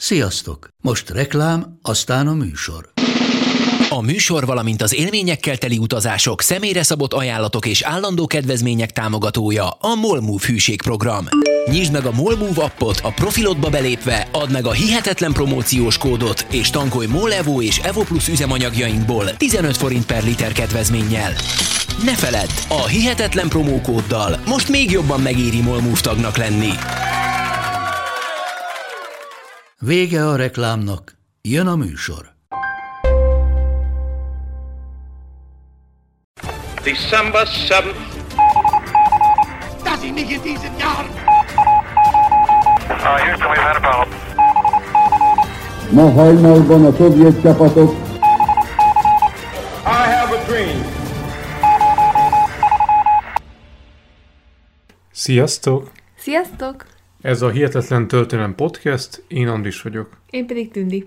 Sziasztok! Most reklám, aztán a műsor. A műsor, valamint az élményekkel teli utazások, személyre szabott ajánlatok és állandó kedvezmények támogatója a MOLMOVE hűségprogram. Nyisd meg a MOLMOVE appot, a profilodba belépve add meg a hihetetlen promóciós kódot és tankolj MOL Evo és Evo Plus üzemanyagjainkból 15 forint per liter kedvezménnyel. Ne feledd, a hihetetlen promókóddal most még jobban megéri MOLMOVE tagnak lenni. Vége a reklámnak, jön a műsor. December 7th. Das ist nicht in diesem Jahr. Houston, we've had a problem. Ma hajnalban a szovjet csapatok I have a dream. Sziasztok! Sziasztok! Ez a Hihetetlen Történelem Podcast, én Andris vagyok. Én pedig Tündi.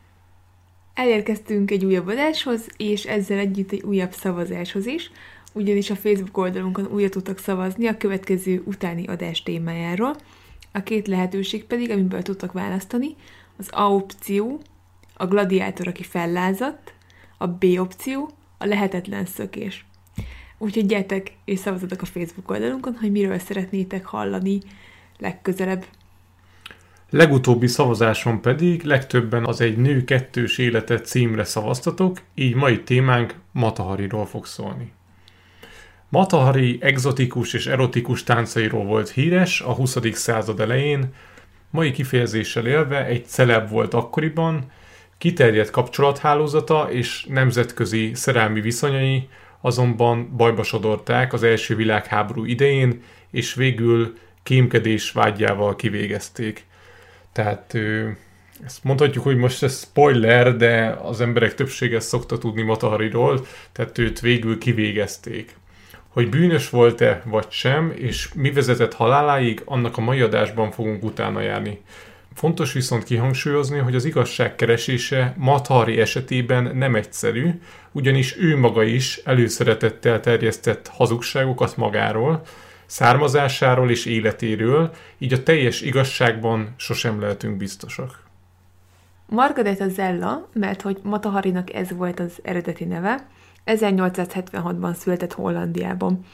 Elérkeztünk egy újabb adáshoz, és ezzel együtt egy újabb szavazáshoz is, ugyanis a Facebook oldalunkon újra tudtak szavazni a következő utáni adás témájáról. A két lehetőség pedig, amiből tudtak választani, az A opció, a gladiátor, aki fellázadt, a B opció, a lehetetlen szökés. Úgyhogy gyertek és szavazatok a Facebook oldalunkon, hogy miről szeretnétek hallani legközelebb. Legutóbbi szavazáson pedig legtöbben az Egy nő kettős élete címre szavaztatok, így mai témánk Mata Hariról fog szólni. Mata Hari egzotikus és erotikus táncairól volt híres a 20. század elején, mai kifejezéssel élve egy celeb volt akkoriban, kiterjedt kapcsolathálózata és nemzetközi szerelmi viszonyai azonban bajba sodorták az első világháború idején, és végül kémkedés vágyával kivégezték. Tehát ezt mondhatjuk, hogy most ez spoiler, de az emberek többsége szokta tudni Mata Hariról, tehát őt végül kivégezték. Hogy bűnös volt-e vagy sem, és mi vezetett haláláig, annak a mai adásban fogunk utána járni. Fontos viszont kihangsúlyozni, hogy az igazság keresése Mata Hari esetében nem egyszerű, ugyanis ő maga is előszeretettel terjesztett hazugságokat magáról, származásáról és életéről, így a teljes igazságban sosem lehetünk biztosak. Margareta Zella, mert hogy Mata Harinak ez volt az eredeti neve, 1876-ban született Hollandiában.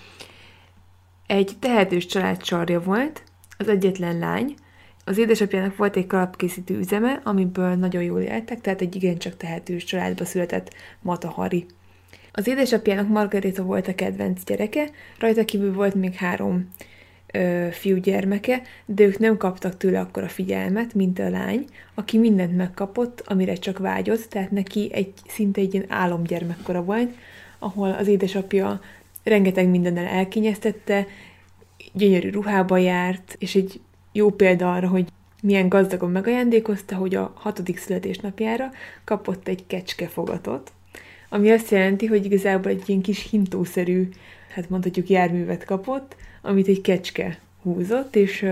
Egy tehetős család sarja volt, az egyetlen lány, az édesapjának volt egy kalapkészítő üzeme, amiből nagyon jól éltek, tehát egy igencsak tehetős családba született Mata Hari. Az édesapjának Margareta volt a kedvenc gyereke, rajta kívül volt még 3 fiúgyermeke, de ők nem kaptak tőle akkora figyelmet, mint a lány, aki mindent megkapott, amire csak vágyott, tehát neki szinte egy ilyen álomgyermekkora volt, ahol az édesapja rengeteg mindennel elkényeztette, gyönyörű ruhába járt, és egy jó példa arra, hogy milyen gazdagon megajándékozta, hogy a 6. születésnapjára kapott egy kecskefogatot, ami azt jelenti, hogy igazából egy ilyen kis hintószerű, hát mondhatjuk járművet kapott, amit egy kecske húzott, és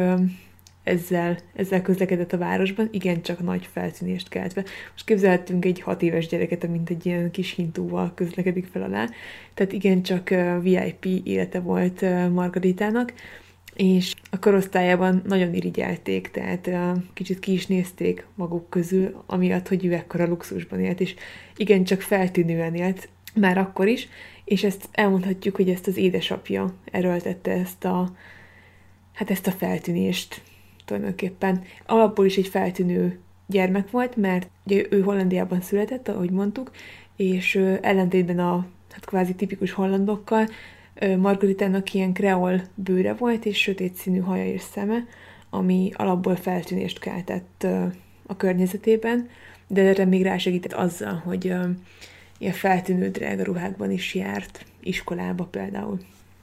ezzel közlekedett a városban, igencsak nagy feltűnést keltve. Most képzelhetünk egy 6 éves gyereket, amint egy ilyen kis hintóval közlekedik fel alá. Tehát igencsak VIP élete volt Margaritának, és a korosztályában nagyon irigyelték, tehát kicsit ki is nézték maguk közül, amiatt, hogy ő ekkora luxusban élt, és igencsak feltűnően élt már akkor is, és ezt elmondhatjuk, hogy ezt az édesapja erőltette ezt a feltűnést tulajdonképpen. Alapból is egy feltűnő gyermek volt, mert ugye ő Hollandiában született, ahogy mondtuk, és ellentétben a kvázi tipikus hollandokkal, Margaritának ilyen kreol bőre volt, és sötét színű haja és szeme, ami alapból feltűnést keltett a környezetében, de erre még rásegített azzal, hogy ilyen feltűnő drága ruhákban is járt, iskolába például.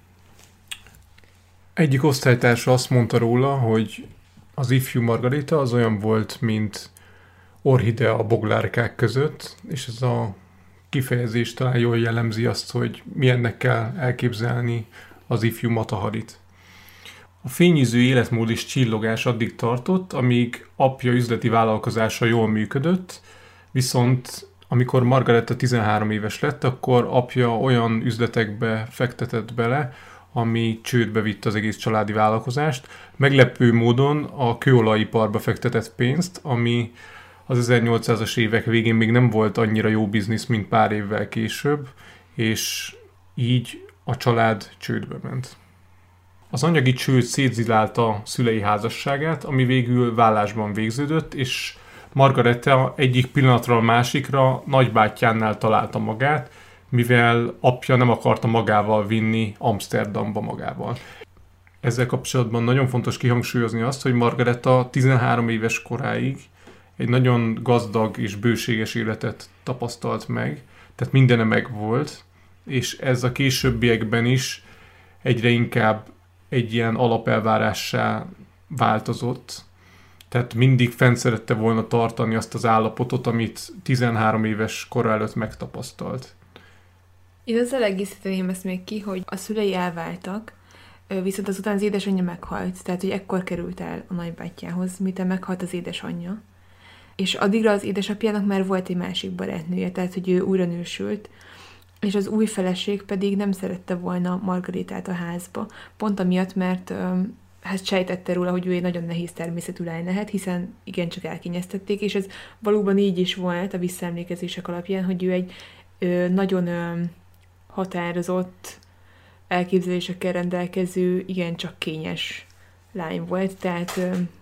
Egyik osztálytársa azt mondta róla, hogy az ifjú Margarita az olyan volt, mint orchidea a boglárkák között, és ez a kifejezés talán jól jellemzi azt, hogy milyennek kell elképzelni az ifjú Mata Harit. A fényűző életmód és csillogás addig tartott, amíg apja üzleti vállalkozása jól működött, viszont amikor Margareta 13 éves lett, akkor apja olyan üzletekbe fektetett bele, ami csődbe vitte az egész családi vállalkozást. Meglepő módon a kőolajiparba fektetett pénzt, ami az 1800-as évek végén még nem volt annyira jó biznisz, mint pár évvel később, és így a család csődbe ment. Az anyagi csőd szétzilálta szülei házasságát, ami végül vállásban végződött, és Margareta egyik pillanatról a másikra nagybátyjánál találta magát, mivel apja nem akarta magával vinni Amsterdamba magával. Ezzel kapcsolatban nagyon fontos kihangsúlyozni azt, hogy Margareta 13 éves koráig egy nagyon gazdag és bőséges életet tapasztalt meg, tehát mindene megvolt, és ez a későbbiekben is egyre inkább egy ilyen alapelvárássá változott. Tehát mindig fenn szerette volna tartani azt az állapotot, amit 13 éves kora előtt megtapasztalt. Én azzal egészíteném ezt még ki, hogy a szülei elváltak, viszont azután az édesanyja meghalt, tehát hogy ekkor került el a nagybátyjához, miután meghalt az édesanyja. És addigra az édesapjának már volt egy másik barátnője, tehát hogy ő újra nősült, és az új feleség pedig nem szerette volna Margaritát a házba. Pont amiatt, mert hát sejtette róla, hogy ő egy nagyon nehéz természetű lány lehet, hiszen igencsak elkényeztették, és ez valóban így is volt a visszaemlékezések alapján, hogy ő egy nagyon határozott elképzelésekkel rendelkező, igencsak kényes lány volt, tehát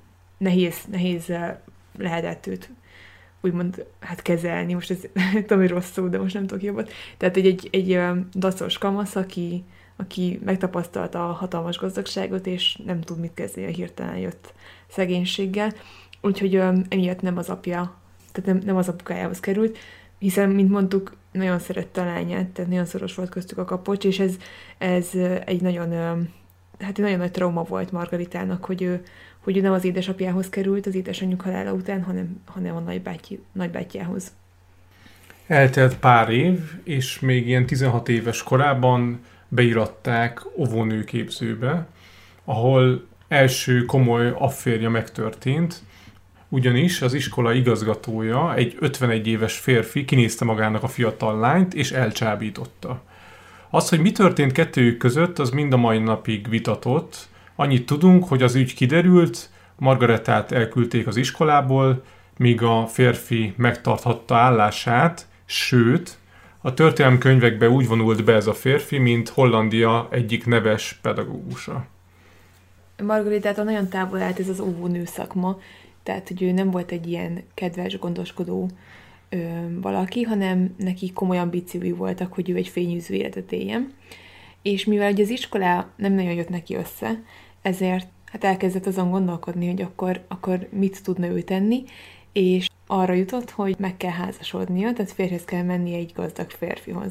nehéz lehetett őt úgymond hát kezelni. Most ez tudom, hogy rossz szó, de most nem tudok jobbat. Tehát egy dacos kamasz, aki megtapasztalta a hatalmas gazdagságot, és nem tud mit kezdeni a hirtelen jött szegénységgel. Úgyhogy emiatt nem az apja, tehát nem az apukájához került, hiszen, mint mondtuk, nagyon szerette a lányát, tehát nagyon szoros volt köztük a kapocs, és ez egy nagyon nagy trauma volt Margaritának, hogy ő nem az édesapjához került az édesanyjuk halála után, hanem a nagybátyjához. Eltelt pár év, és még ilyen 16 éves korában beiratták óvónőképzőbe, ahol első komoly afférja megtörtént, ugyanis az iskola igazgatója, egy 51 éves férfi kinézte magának a fiatal lányt, és elcsábította. Az, hogy mi történt kettőjük között, az mind a mai napig vitatott. Annyit tudunk, hogy az ügy kiderült, Margaretát elküldték az iskolából, míg a férfi megtarthatta állását, sőt, a történelemkönyvekbe úgy vonult be ez a férfi, mint Hollandia egyik neves pedagógusa. Margaritától nagyon távol állt ez az óvónő szakma, tehát hogy ő nem volt egy ilyen kedves, gondoskodó valaki, hanem neki komoly ambíciói voltak, hogy ő egy fényűző életet éljen. És mivel ugye az iskola nem nagyon jött neki össze, ezért hát elkezdett azon gondolkodni, hogy akkor mit tudna ő tenni, és arra jutott, hogy meg kell házasodnia, tehát férjhez kell menni egy gazdag férfihoz.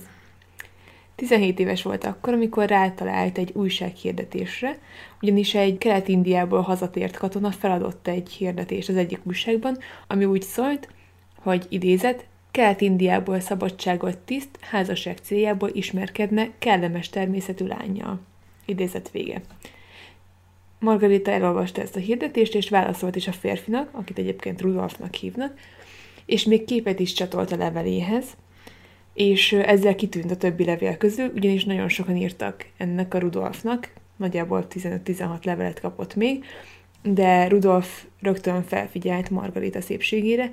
17 éves volt akkor, amikor rátalált egy újsághirdetésre, ugyanis egy Kelet-Indiából hazatért katona feladott egy hirdetést az egyik újságban, ami úgy szólt, hogy idézet, Kelet-Indiából szabadságolt tiszt házasság céljából ismerkedne kellemes természetű lánnyal. Idézet vége. Margarita elolvasta ezt a hirdetést, és válaszolt is a férfinak, akit egyébként Rudolfnak hívnak, és még képet is csatolt a leveléhez, és ezzel kitűnt a többi levél közül, ugyanis nagyon sokan írtak ennek a Rudolfnak, nagyjából 15-16 levelet kapott még, de Rudolf rögtön felfigyelt Margarita szépségére,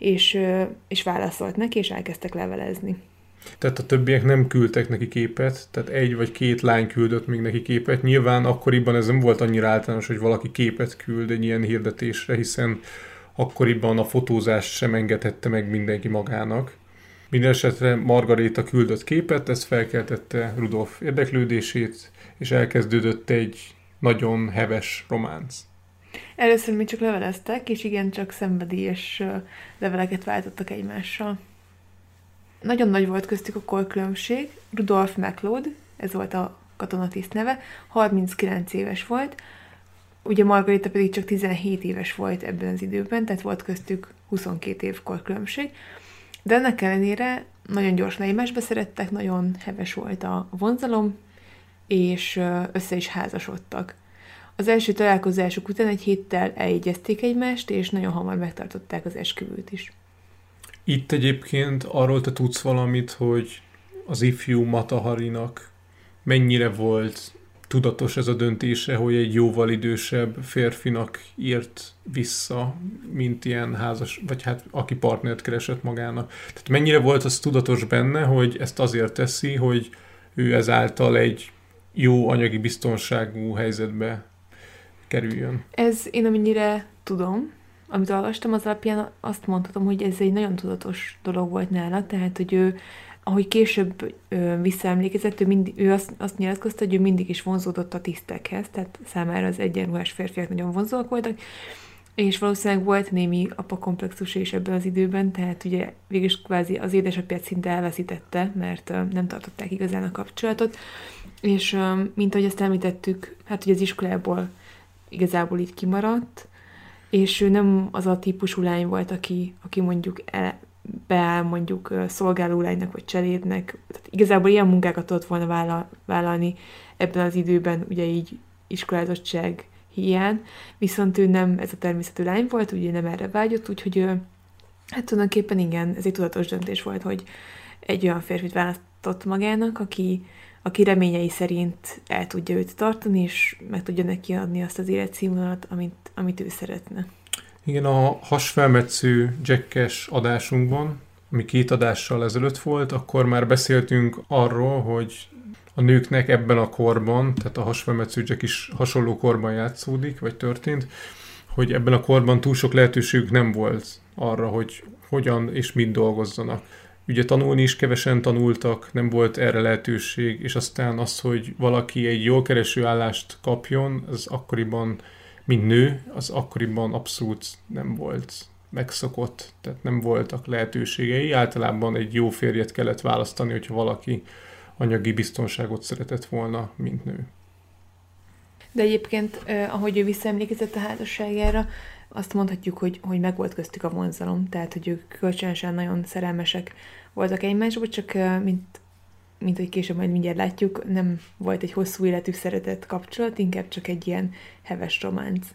és válaszolt neki, és elkezdtek levelezni. Tehát a többiek nem küldtek neki képet, tehát egy vagy két lány küldött még neki képet. Nyilván akkoriban ez nem volt annyira általános, hogy valaki képet küld egy ilyen hirdetésre, hiszen akkoriban a fotózást sem engedhette meg mindenki magának. Mindenesetre Margarita küldött képet, ez felkeltette Rudolf érdeklődését, és elkezdődött egy nagyon heves románc. Először még csak leveleztek, és igencsak szenvedélyes leveleket váltottak egymással. Nagyon nagy volt köztük a korkülönbség. Rudolf MacLeod, ez volt a katonatiszt neve, 39 éves volt, ugye Margarita pedig csak 17 éves volt ebben az időben, tehát volt köztük 22 év korkülönbség. De ennek ellenére nagyon gyorsan egymásba szerettek, nagyon heves volt a vonzalom, és össze is házasodtak. Az első találkozásuk után egy héttel eljegyezték egymást, és nagyon hamar megtartották az esküvőt is. Itt egyébként arról te tudsz valamit, hogy az ifjú Mata Harinak mennyire volt tudatos ez a döntése, hogy egy jóval idősebb férfinak írt vissza, mint ilyen házas, vagy hát aki partnert keresett magának. Tehát mennyire volt az tudatos benne, hogy ezt azért teszi, hogy ő ezáltal egy jó anyagi biztonságú helyzetbe kerüljön. Ez én amennyire tudom, amit olvastam, az alapján azt mondhatom, hogy ez egy nagyon tudatos dolog volt nála, tehát, hogy ő, ahogy később visszaemlékezett, ő azt nyilatkozta, hogy ő mindig is vonzódott a tisztekhez, tehát számára az egyenruhás férfiak nagyon vonzóak voltak, és valószínűleg volt némi apakomplexus is ebben az időben, tehát ugye végülis kvázi az édesapját szinte elveszítette, mert nem tartották igazán a kapcsolatot, és mint ahogy azt említettük, hát ugye az iskolából igazából így kimaradt, és ő nem az a típusú lány volt, aki mondjuk beáll mondjuk szolgálólánynak vagy cselédnek. Tehát igazából ilyen munkákat tudott volna vállalni ebben az időben, ugye így iskolázottság hiány, viszont ő nem ez a természetű lány volt, ugye nem erre vágyott, úgyhogy hát tulajdonképpen igen, ez egy tudatos döntés volt, hogy egy olyan férfit választott magának, aki reményei szerint el tudja őt tartani, és meg tudja neki adni azt az életszínvonalat, amit ő szeretne. Igen, a hasfelmetsző Jack-es adásunkban, ami 2 adással ezelőtt volt, akkor már beszéltünk arról, hogy a nőknek ebben a korban, tehát a hasfelmetsző Jack is hasonló korban játszódik, vagy történt, hogy ebben a korban túl sok lehetőségük nem volt arra, hogy hogyan és mit dolgozzanak. Ugye tanulni is kevesen tanultak, nem volt erre lehetőség, és aztán az, hogy valaki egy jól kereső állást kapjon, az akkoriban, mint nő, az akkoriban abszolút nem volt megszokott, tehát nem voltak lehetőségei. Általában egy jó férjet kellett választani, hogyha valaki anyagi biztonságot szeretett volna, mint nő. De egyébként, ahogy ő visszaemlékezett a házasságára, azt mondhatjuk, hogy meg volt köztük a vonzalom, tehát hogy ők kölcsönösen nagyon szerelmesek voltak egymásba, csak mint hogy később majd mindjárt látjuk, nem volt egy hosszú életű szeretett kapcsolat, inkább csak egy ilyen heves románc.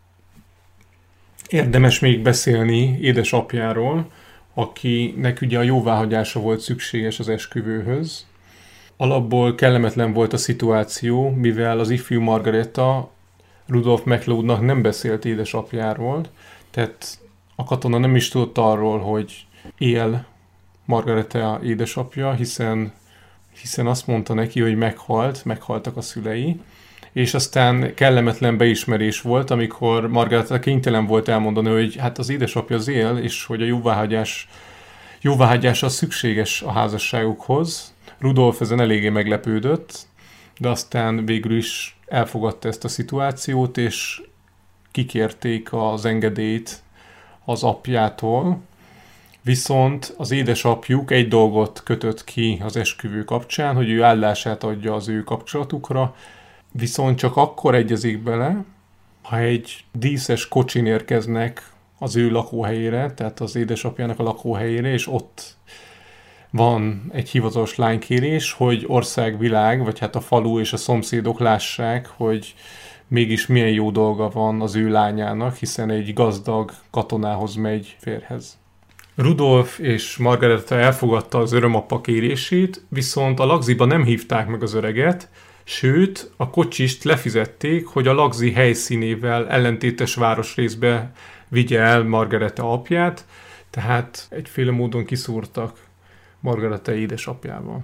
Érdemes még beszélni édesapjáról, akinek ugye a jóváhagyása volt szükséges az esküvőhöz. Alapból kellemetlen volt a szituáció, mivel az ifjú Margareta Rudolf McLeodnak nem beszélt édesapjáról, tehát a katona nem is tudott arról, hogy él Margareta édesapja, hiszen azt mondta neki, hogy meghaltak a szülei, és aztán kellemetlen beismerés volt, amikor Margareta kénytelen volt elmondani, hogy hát az édesapja az él, és hogy a jóváhagyás az szükséges a házasságukhoz. Rudolf ezen eléggé meglepődött, de aztán végül is elfogadta ezt a szituációt, és kikérték az engedélyt az apjától, viszont az édesapjuk egy dolgot kötött ki az esküvő kapcsán, hogy ő állását adja az ő kapcsolatukra, viszont csak akkor egyezik bele, ha egy díszes kocsin érkeznek az ő lakóhelyére, tehát az édesapjának a lakóhelyére, és ott van egy hivatalos lánykérés, hogy országvilág, vagy hát a falu és a szomszédok lássák, hogy mégis milyen jó dolga van az ő lányának, hiszen egy gazdag katonához megy férjhez. Rudolf és Margareta elfogadta az örömapa kérését, viszont a lagziba nem hívták meg az öreget, sőt, a kocsist lefizették, hogy a lagzi helyszínével ellentétes városrészbe vigye el Margareta apját, tehát egyféle módon kiszúrtak Margareta édesapjával.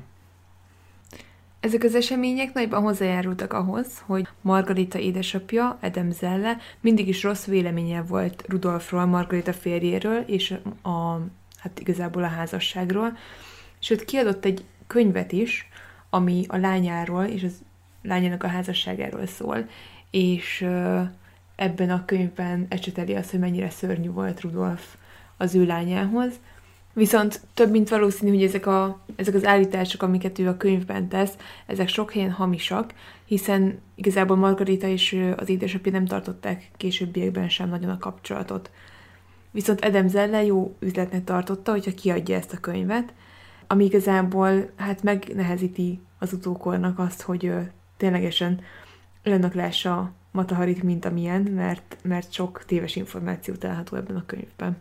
Ezek az események nagyban hozzájárultak ahhoz, hogy Margarita édesapja, Adam Zelle mindig is rossz véleménye volt Rudolfról, Margarita férjéről, és hát igazából a házasságról. Sőt, kiadott egy könyvet is, ami a lányáról és az lányának a házasságáról szól, és ebben a könyvben ecseteli azt, hogy mennyire szörnyű volt Rudolf az ő lányához. Viszont több mint valószínű, hogy ezek az állítások, amiket ő a könyvben tesz, ezek sok helyen hamisak, hiszen igazából Margarita és az édesapja nem tartották későbbiekben sem nagyon a kapcsolatot. Viszont Adam Zelle jó üzletnek tartotta, hogyha kiadja ezt a könyvet, ami igazából hát megnehezíti az utókornak azt, hogy ténylegesen olyannak lássa Mata Harit, mint amilyen, mert sok téves információ található ebben a könyvben.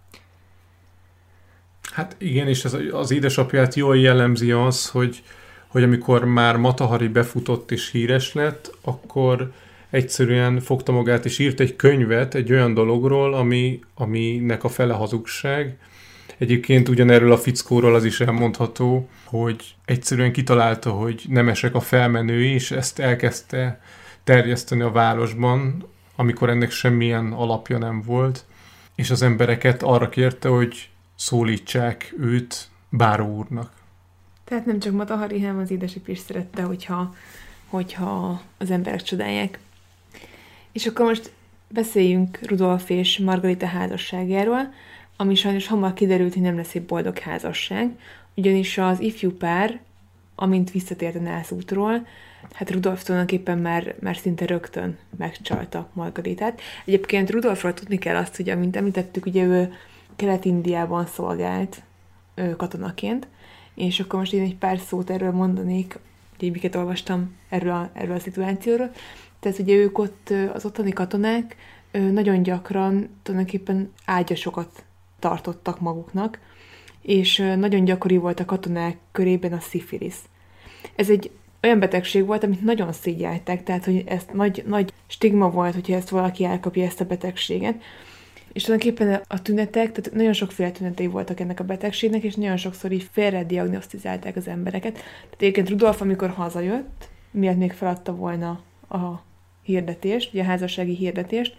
Hát igen, és az édesapját jól jellemzi az, hogy hogy amikor már Mata Hari befutott és híres lett, akkor egyszerűen fogta magát és írt egy könyvet egy olyan dologról, aminek a fele hazugság. Egyébként ugyanerről a fickóról az is elmondható, hogy egyszerűen kitalálta, hogy nemesek a felmenői, és ezt elkezdte terjeszteni a városban, amikor ennek semmilyen alapja nem volt, és az embereket arra kérte, hogy szólítsák őt báró úrnak. Tehát nem csak Mata Hari, hanem az édesapja is szerette, hogyha az emberek csodálják. És akkor most beszéljünk Rudolf és Margarita házasságáról, ami sajnos hamar kiderült, hogy nem lesz egy boldog házasság, ugyanis az ifjú pár, amint visszatért a nászútról, hát Rudolf tulajdonképpen már szinte rögtön megcsalta Margaritát. Egyébként Rudolfról tudni kell azt, hogy amint említettük, ugye ő Kelet-Indiában szolgált katonaként, és akkor most én egy pár szót erről mondanék, ugye miket olvastam erről a szituációról. Tehát ugye ők ott, az ottani katonák nagyon gyakran tulajdonképpen ágyasokat tartottak maguknak, és nagyon gyakori volt a katonák körében a szifilisz. Ez egy olyan betegség volt, amit nagyon szégyeltek, tehát hogy ez nagy stigma volt, hogyha ezt valaki elkapja ezt a betegséget. És tulajdonképpen a tünetek, tehát nagyon sokféle tünetei voltak ennek a betegségnek, és nagyon sokszor így félre diagnosztizálták az embereket. Tehát egyébként Rudolf, amikor hazajött, miatt még feladta volna a hirdetést, ugye a házassági hirdetést,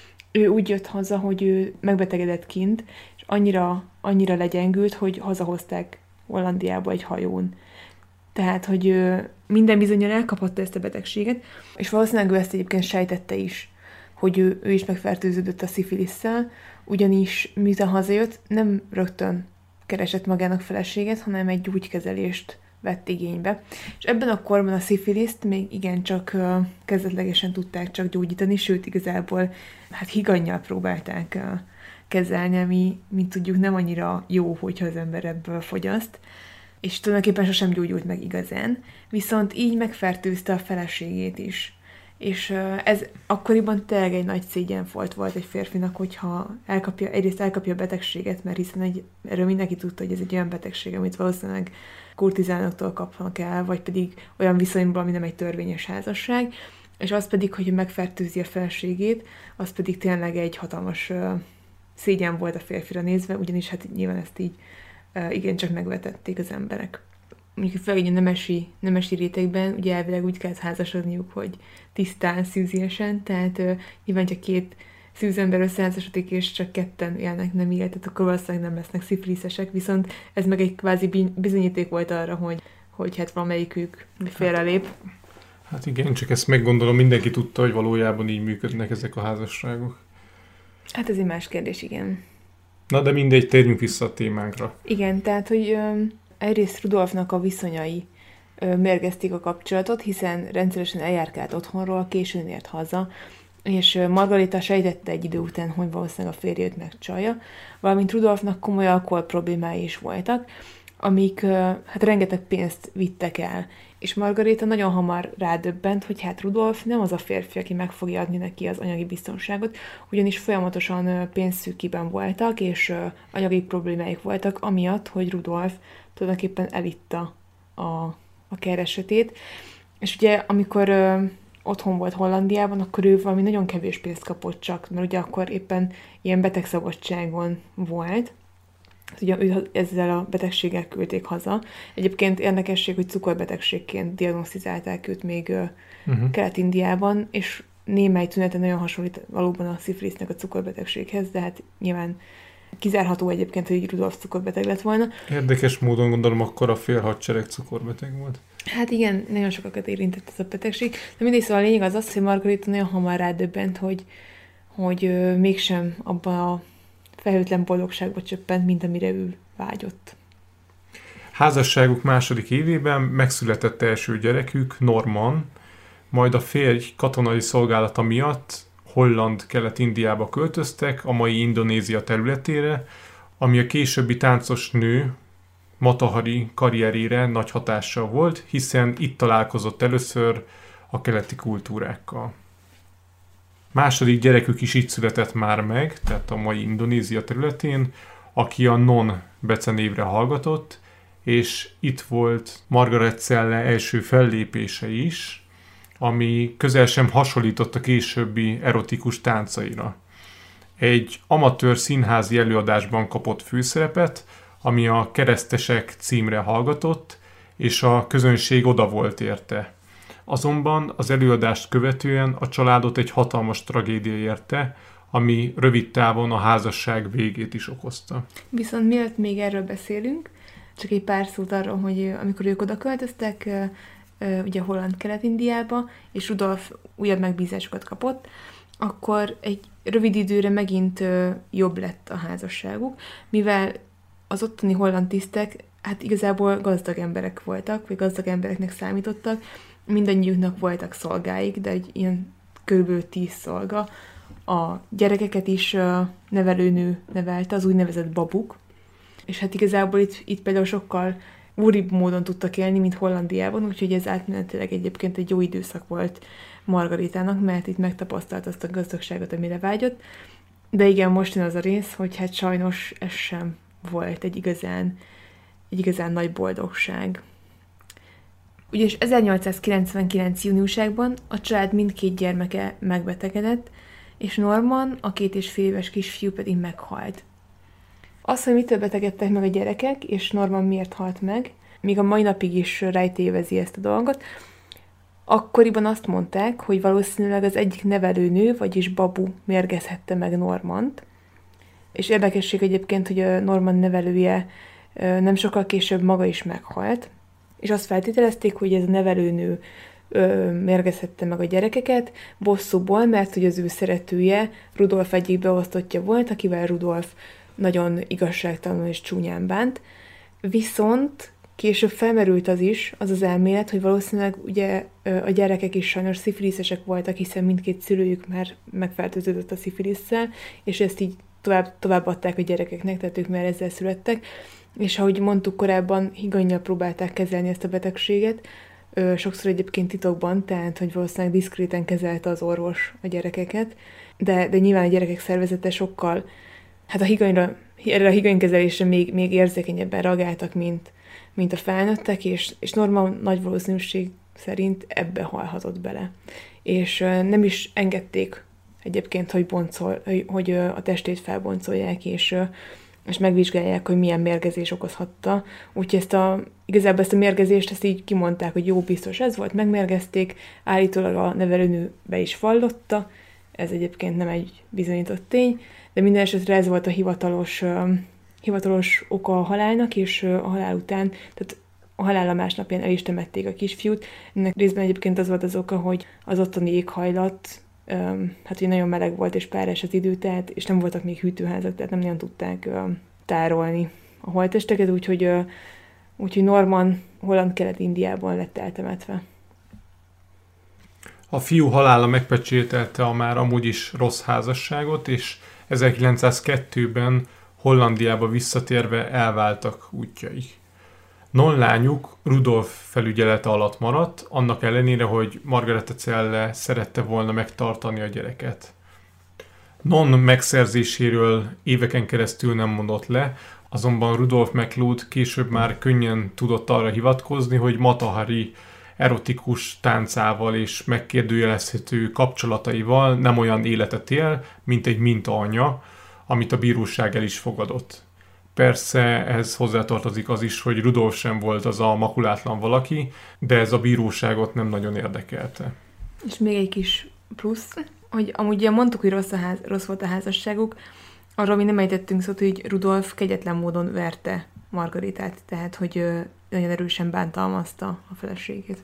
ő úgy jött haza, hogy ő megbetegedett kint, és annyira legyengült, hogy hazahozták Hollandiába egy hajón. Tehát, hogy minden bizonnyal elkaphatta ezt a betegséget, és valószínűleg ő ezt egyébként sejtette is, hogy ő is megfertőződött a szifilisszel, ugyanis miután hazajött, nem rögtön keresett magának feleséget, hanem egy gyógykezelést vett igénybe. És ebben a korban a szifiliszt még igencsak kezdetlegesen tudták csak gyógyítani, sőt igazából hát higannyal próbálták kezelni, ami, mint tudjuk, nem annyira jó, hogyha az ember ebből fogyaszt, és tulajdonképpen sosem gyógyult meg igazán, viszont így megfertőzte a feleségét is. És ez akkoriban tényleg egy nagy szégyenfolt volt egy férfinak, hogyha egyrészt elkapja a betegséget, mert hiszen erről mindenki tudta, hogy ez egy olyan betegség, amit valószínűleg kurtizánoktól kapnak el, vagy pedig olyan viszonyból, ami nem egy törvényes házasság, és az pedig, hogy megfertőzi a feleségét, az pedig tényleg egy hatalmas szégyen volt a férfira nézve, ugyanis hát nyilván ezt így igencsak megvetették az emberek. Mondjuk főleg a nemesi rétegben ugye elvileg úgy kellett házasodniuk, hogy tisztán, szűziesen, tehát nyilván csak két szűzember összeházasodik, és csak ketten élnek nem életet, akkor valószínűleg nem lesznek szifiliszesek, viszont ez meg egy kvázi bizonyíték volt arra, hogy hát valamelyikük félrelép. Hát igen, csak ezt meggondolom, mindenki tudta, hogy valójában így működnek ezek a házasságok. Hát ez egy más kérdés, igen. Na de mindegy, térjünk vissza a témánkra. Igen, tehát, hogy egyrészt Rudolfnak a viszonyai mérgezték a kapcsolatot, hiszen rendszeresen eljárkált otthonról, későn ért haza, és Margarita sejtette egy idő után, hogy valószínűleg a férje őt megcsalja, valamint Rudolfnak komoly alkohol problémái is voltak, amik hát rengeteg pénzt vittek el. És Margarita nagyon hamar rádöbbent, hogy hát Rudolf nem az a férfi, aki meg fogja adni neki az anyagi biztonságot, ugyanis folyamatosan pénzszűkiben voltak, és anyagi problémáik voltak, amiatt, hogy Rudolf tulajdonképpen elitta a keresetét. És ugye, amikor otthon volt Hollandiában, akkor ő valami nagyon kevés pénzt kapott csak, mert ugye akkor éppen ilyen betegszabadságon volt. Ugye ő ezzel a betegséggel küldték haza. Egyébként érdekesség, hogy cukorbetegségként diagnosztizálták őt még Kelet-Indiában, és némely tünete nagyon hasonlít valóban a szifilisznek a cukorbetegséghez, de hát nyilván kizárható egyébként, hogy Rudolf cukorbeteg lett volna. Érdekes módon gondolom, akkor a félhadsereg cukorbeteg volt. Hát igen, nagyon sokakat érintett ez a betegség. De mindegy, szóval a lényeg az, hogy Margarita nagyon hamar rádöbbent, hogy mégsem abban a felhőtlen boldogságba csöppent, mint amire ő vágyott. Házasságuk második évében megszületett első gyerekük, Norman, majd a férj katonai szolgálata miatt Holland Kelet-Indiába költöztek, a mai Indonézia területére, ami a későbbi táncos nő Mata Hari karrierére nagy hatással volt, hiszen itt találkozott először a keleti kultúrákkal. Második gyerekük is itt született már meg, tehát a mai Indonézia területén, aki a Non becenévre hallgatott, és itt volt Margaret Celle első fellépése is, ami közel sem hasonlított a későbbi erotikus táncaira. Egy amatőr színházi előadásban kapott főszerepet, ami a Keresztesek címre hallgatott, és a közönség oda volt érte. Azonban az előadást követően a családot egy hatalmas tragédia érte, ami rövid távon a házasság végét is okozta. Viszont mielőtt még erről beszélünk, csak egy pár szót arról, hogy amikor ők oda költöztek, ugye Holland Kelet-Indiába, és Rudolf újabb megbízásokat kapott, akkor egy rövid időre megint jobb lett a házasságuk, mivel az ottani holland tisztek hát igazából gazdag emberek voltak, vagy gazdag embereknek számítottak, mindannyiuknak voltak szolgáik, de egy ilyen kb. 10 szolga. A gyerekeket is nevelőnő nevelte, az úgynevezett babuk, és hát igazából itt például sokkal úribb módon tudtak élni, mint Hollandiában, úgyhogy ez átmenetileg egyébként egy jó időszak volt Margaritának, mert itt megtapasztalt azt a gazdagságot, amire vágyott. De igen, most jön az a rész, hogy hát sajnos ez sem volt egy igazán nagy boldogság. Ugyanis 1899. júniusában a család mindkét gyermeke megbetegedett, és Norman, a 2,5 éves kisfiú pedig meghalt. Az, hogy mitől betegedtek meg a gyerekek, és Norman miért halt meg, még a mai napig is rejtélyezi ezt a dolgot, akkoriban azt mondták, hogy valószínűleg az egyik nevelőnő, vagyis babu mérgezhette meg Normant, és érdekesség egyébként, hogy a Norman nevelője nem sokkal később maga is meghalt, és azt feltételezték, hogy ez a nevelőnő mérgezhette meg a gyerekeket bosszúból, mert hogy az ő szeretője Rudolf egyik beosztottja volt, akivel Rudolf nagyon igazságtalanul és csúnyán bánt. Viszont később felmerült az az elmélet, hogy valószínűleg ugye a gyerekek is sajnos szifiliszesek voltak, hiszen mindkét szülőjük már megfertőződött a szifilisszel, és ezt így tovább adták a gyerekeknek, tehát ők már ezzel születtek, és ahogy mondtuk korábban, higannyal próbálták kezelni ezt a betegséget, sokszor egyébként titokban, tehát hogy valószínűleg diszkréten kezelte az orvos a gyerekeket, de nyilván a gyerekek szervezete sokkal, hát erre a higanykezelésre még érzékenyebben reagáltak, mint a felnőttek, és Norman nagy valószínűség szerint ebbe halhatott bele. És nem is engedték egyébként, hogy a testét felboncolják, és megvizsgálják, hogy milyen mérgezés okozhatta. Úgyhogy igazából ezt a mérgezést így kimondták, hogy jó, biztos ez volt, megmérgezték, állítólag a nevelőnő be is vallotta, ez egyébként nem egy bizonyított tény, de minden esetre ez volt a hivatalos oka a halálnak, és a halál után, tehát a halála másnapján el is temették a kisfiút. Ennek részben egyébként az volt az oka, hogy az ottani éghajlat, hát ugye nagyon meleg volt és páras az idő, és nem voltak még hűtőházak, tehát nem nagyon tudták tárolni a holttesteket, úgyhogy Norman Holland Kelet-Indiában lett eltemetve. A fiú halála megpecsételte a már amúgy is rossz házasságot, és 1902-ben Hollandiába visszatérve elváltak útjaik. Non lányuk Rudolf felügyelete alatt maradt, annak ellenére, hogy Margareta Celle szerette volna megtartani a gyereket. Non megszerzéséről éveken keresztül nem mondott le, azonban Rudolf McLeod később már könnyen tudott arra hivatkozni, hogy Mata Hari erotikus táncával és megkérdőjelezhető kapcsolataival nem olyan életet él, mint egy mintaanya, amit a bíróság el is fogadott. Persze ehhez hozzátartozik az is, hogy Rudolf sem volt az a makulátlan valaki, de ez a bíróságot nem nagyon érdekelte. És még egy kis plusz, hogy amúgy ugye mondtuk, hogy rossz volt a házasságuk, arról mi nem ejtettünk szót, hogy Rudolf kegyetlen módon verte Margaritát, tehát hogy nagyon erősen bántalmazta a feleségét.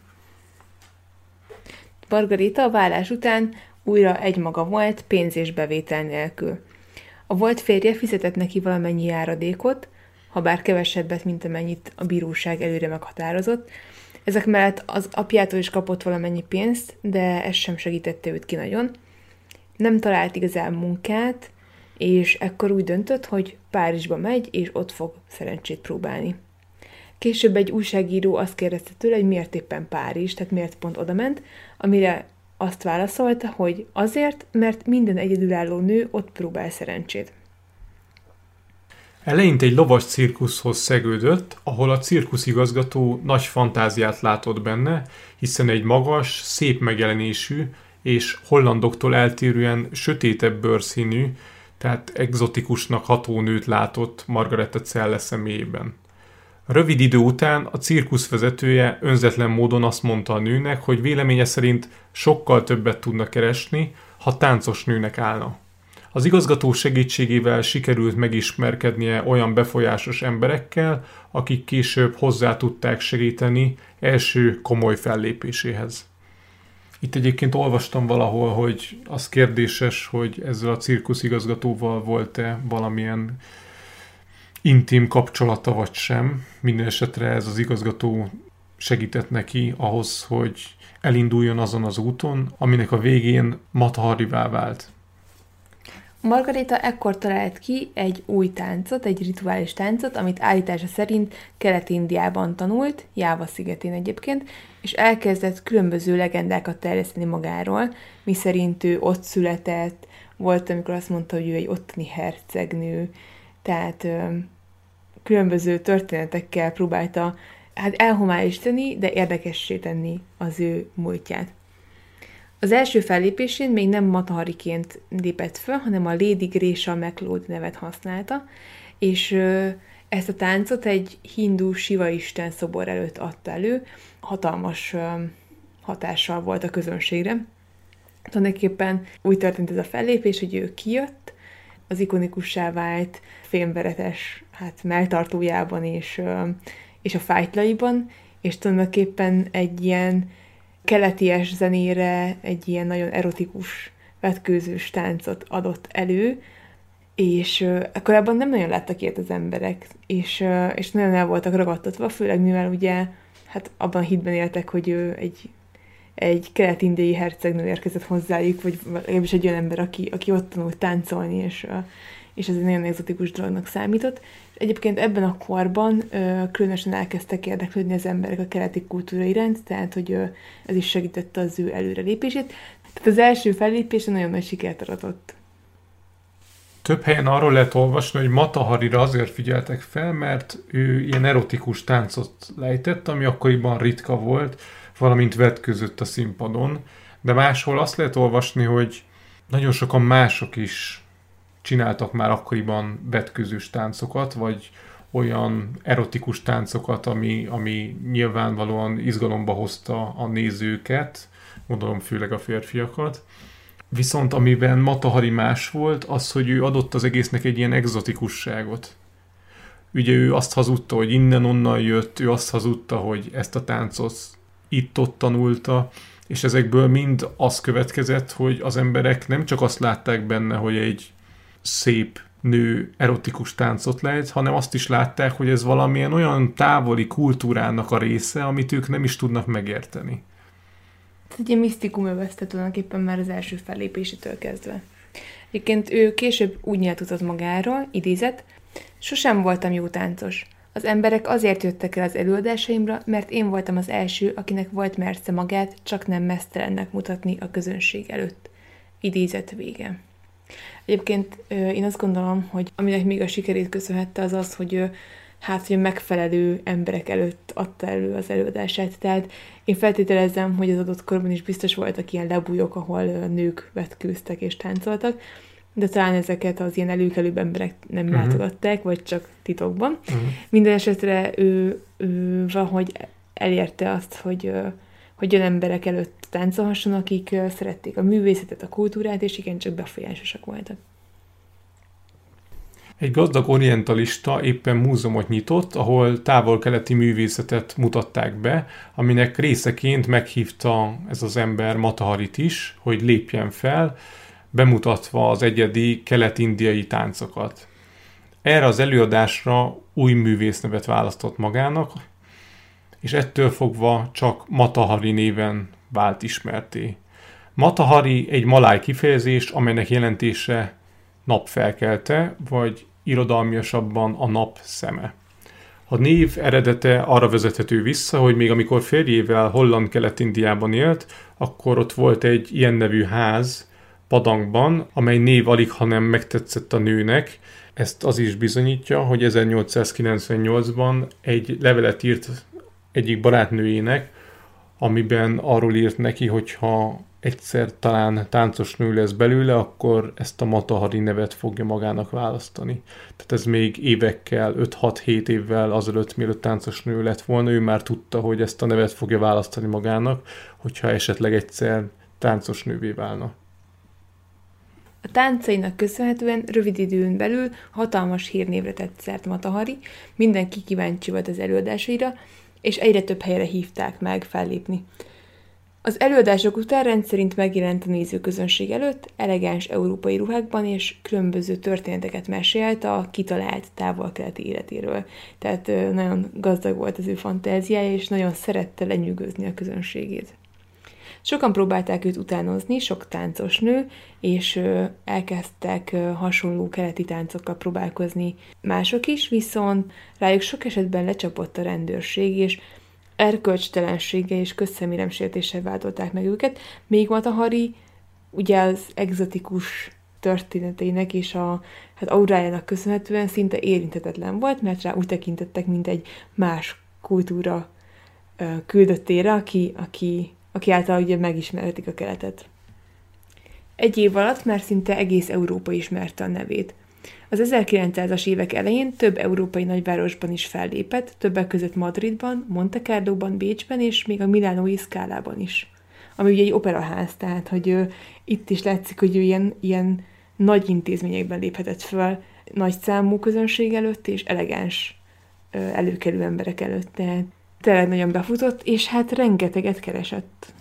Margarita a vállás után újra egymaga volt, pénz és bevétel nélkül. A volt férje fizetett neki valamennyi járadékot, ha bár kevesebbet, mint amennyit a bíróság előre meghatározott. Ezek mellett az apjától is kapott valamennyi pénzt, de ez sem segítette őt ki nagyon. Nem talált igazán munkát, és ekkor úgy döntött, hogy Párizsba megy, és ott fog szerencsét próbálni. Később egy újságíró azt kérdezte tőle, hogy miért éppen Párizs, tehát miért pont oda ment, amire azt válaszolta, hogy azért, mert minden egyedülálló nő ott próbál szerencsét. Eleinte egy lovas cirkuszhoz szegődött, ahol a cirkuszigazgató nagy fantáziát látott benne, hiszen egy magas, szép megjelenésű és hollandoktól eltérően sötétebb bőrszínű, tehát egzotikusnak ható nőt látott Margareta Zella személyében. Rövid idő után a cirkusz vezetője önzetlen módon azt mondta a nőnek, hogy véleménye szerint sokkal többet tudna keresni, ha táncos nőnek állna. Az igazgató segítségével sikerült megismerkednie olyan befolyásos emberekkel, akik később hozzá tudták segíteni első komoly fellépéséhez. Itt egyébként olvastam valahol, hogy az kérdéses, hogy ezzel a cirkuszigazgatóval volt-e valamilyen intim kapcsolata vagy sem. Minden esetre ez az igazgató segített neki ahhoz, hogy elinduljon azon az úton, aminek a végén Mata Harivá vált. Margareta ekkor talált ki egy új táncot, egy rituális táncot, amit állítása szerint Kelet-Indiában tanult, Jáva szigetén egyébként, és elkezdett különböző legendákat terjeszteni magáról, miszerint ő ott született, volt, amikor azt mondta, hogy ő egy ottani hercegnő, tehát különböző történetekkel próbálta elhomályosítani, de érdekessé tenni az ő múltját. Az első fellépésén még nem Mata Hariként lépett föl, hanem a Lady Gresha MacLeod nevet használta, és ezt a táncot egy hindu Siva isten szobor előtt adta elő, hatalmas hatással volt a közönségre. Tulajdonképpen úgy történt ez a fellépés, hogy ő kijött, az ikonikussá vált fémveretes melltartójában és a fájtlaiban, és tulajdonképpen egy ilyen keleties zenére egy ilyen nagyon erotikus, vetkőzős táncot adott elő, és korábban nem nagyon láttak ilyet az emberek, és nagyon el voltak ragadtatva, főleg mivel ugye abban a hitben éltek, hogy ő egy kelet-indiai hercegnő érkezett hozzájuk, vagy legalábbis egy olyan ember, aki ott tanult táncolni, és ez egy nagyon egzotikus dolognak számított. Egyébként ebben a korban különösen elkezdtek érdeklődni az emberek a keleti kultúra iránt, tehát hogy ez is segítette az ő előrelépését. Tehát az első fellépése nagyon nagy sikert aratott. Több helyen arról lehet olvasni, hogy Mata Harira azért figyeltek fel, mert ő ilyen erotikus táncot lejtett, ami akkoriban ritka volt, valamint vetközött a színpadon, de máshol azt lehet olvasni, hogy nagyon sokan mások is csináltak már akkoriban vetközős táncokat, vagy olyan erotikus táncokat, ami nyilvánvalóan izgalomba hozta a nézőket, gondolom főleg a férfiakat. Viszont amiben Mata Hari más volt, az, hogy ő adott az egésznek egy ilyen egzotikusságot. Ugye ő azt hazudta, hogy innen-onnan jött, ő azt hazudta, hogy ezt a táncot itt-ott tanulta, és ezekből mind az következett, hogy az emberek nem csak azt látták benne, hogy egy szép nő erotikus táncot lejt, hanem azt is látták, hogy ez valamilyen olyan távoli kultúrának a része, amit ők nem is tudnak megérteni. Egy ilyen misztikum övezte tulajdonképpen már az első fellépésétől kezdve. Egyébként ő később úgy nyilatkozott magáról, idézett, sosem voltam jó táncos. Az emberek azért jöttek el az előadásaimra, mert én voltam az első, akinek volt mersze magát, csak nem meztelennek mutatni a közönség előtt. Idézet vége. Egyébként én azt gondolom, hogy aminek még a sikerét köszönhette az az, hogy hogy megfelelő emberek előtt adta elő az előadását. Tehát én feltételezem, hogy az adott korban is biztos voltak ilyen lebújok, ahol nők vetkőztek és táncoltak, de talán ezeket az ilyen előkelőbb emberek nem látogatták, vagy csak titokban. Minden esetre ő valahogy elérte azt, hogy olyan emberek előtt táncolhasson, akik szerették a művészetet, a kultúrát, és igencsak befolyásosak voltak. Egy gazdag orientalista éppen múzeumot nyitott, ahol távol-keleti művészetet mutatták be, aminek részeként meghívta ez az ember Mata Harit is, hogy lépjen fel, bemutatva az egyedi kelet-indiai táncokat. Erre az előadásra új művésznevet választott magának, és ettől fogva csak Mata Hari néven vált ismertté. Mata Hari egy maláj kifejezés, amelynek jelentése napfelkelte, vagy irodalmiasabban a nap szeme. A név eredete arra vezethető vissza, hogy még amikor férjével Holland-Kelet-Indiában élt, akkor ott volt egy ilyen nevű ház Padangban, amely név alig, hanem megtetszett a nőnek, Ezt az is bizonyítja, hogy 1898-ban egy levelet írt egyik barátnőjének, amiben arról írt neki, hogy ha egyszer talán táncos nő lesz belőle, akkor ezt a Mata Hari nevet fogja magának választani. Tehát ez még évekkel, 5-6-7 évvel azelőtt, mielőtt táncos nő lett volna, ő már tudta, hogy ezt a nevet fogja választani magának, hogyha esetleg egyszer táncos nővé válna. A táncainak köszönhetően rövid időn belül hatalmas hírnévre tett szert Mata Hari, mindenki kíváncsi volt az előadásaira, és egyre több helyre hívták meg fellépni. Az előadások után rendszerint megjelent a nézőközönség előtt, elegáns európai ruhákban és különböző történeteket mesélt a kitalált távol-keleti életéről. Tehát nagyon gazdag volt az ő fantáziája, és nagyon szerette lenyűgözni a közönségét. Sokan próbálták őt utánozni, sok táncos nő, és elkezdtek hasonló keleti táncokkal próbálkozni mások is, viszont rájuk sok esetben lecsapott a rendőrség, és erkölcstelensége és közszeméremsértéssel vádolták meg őket, még Mata Hari ugye az egzotikus történeteinek és a aurájának köszönhetően szinte érinthetetlen volt, mert rá úgy tekintettek, mint egy más kultúra küldöttére, aki által ugye megismerhetik a keletet. Egy év alatt már szinte egész Európa ismerte a nevét. Az 1900-as évek elején több európai nagyvárosban is fellépett, többek között Madridban, Monte Carlóban, Bécsben és még a milánói Scalában is. Ami ugye egy operaház, tehát hogy itt is látszik, hogy ő ilyen nagy intézményekben léphetett föl, nagy számú közönség előtt és elegáns előkelő emberek előtt, tehát tényleg nagyon befutott, és hát rengeteget keresett.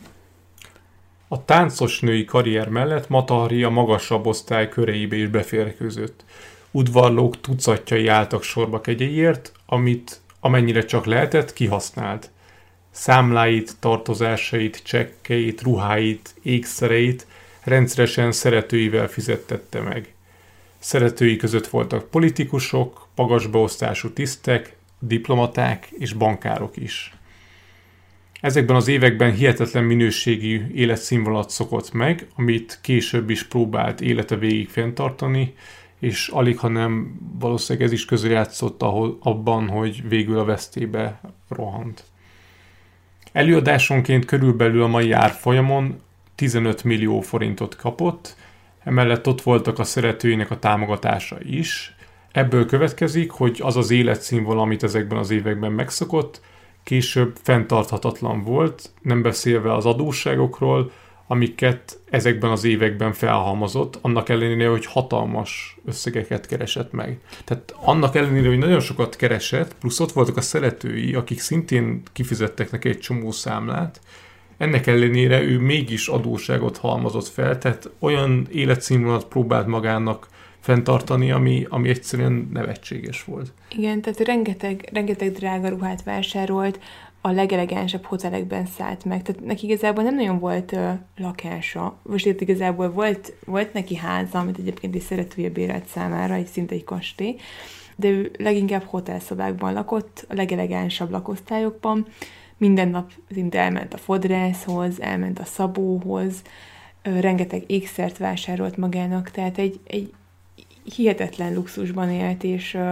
A táncos női karrier mellett Mata Hari a magasabb osztály köreibe is beférkőzött. Udvarlók tucatjai álltak sorba kegyeiért, amit amennyire csak lehetett, kihasznált. Számláit, tartozásait, csekkeit, ruháit, ékszereit rendszeresen szeretőivel fizettette meg. Szeretői között voltak politikusok, magas beosztású tisztek, diplomaták és bankárok is. Ezekben az években hihetetlen minőségű életszínvonalat szokott meg, amit később is próbált élete végig fenntartani, és alig, hanem valószínűleg ez is közrejátszott abban, hogy végül a vesztébe rohant. Előadásonként körülbelül a mai árfolyamon 15 millió forintot kapott, emellett ott voltak a szeretőinek a támogatása is. Ebből következik, hogy az az életszínvonal, amit ezekben az években megszokott, később fenntarthatatlan volt, nem beszélve az adósságokról, amiket ezekben az években felhalmozott, annak ellenére, hogy hatalmas összegeket keresett meg. Tehát annak ellenére, hogy nagyon sokat keresett, plusz ott voltak a szeretői, akik szintén kifizettek neki egy csomó számlát, ennek ellenére ő mégis adósságot halmozott fel, tehát olyan életszínvonalat próbált magának fenntartani, ami egyszerűen nevetséges volt. Igen, tehát rengeteg drága ruhát vásárolt, a legelegánsabb hotelekben szállt meg. Tehát neki igazából nem nagyon volt lakása. Most itt igazából volt neki háza, amit egyébként egy szeretője bérelt számára, szinte egy kastély, de ő leginkább hotelszobákban lakott, a legelegánsabb lakosztályokban. Minden nap szinte elment a fodrászhoz, elment a szabóhoz, rengeteg ékszert vásárolt magának, tehát egy hihetetlen luxusban élt,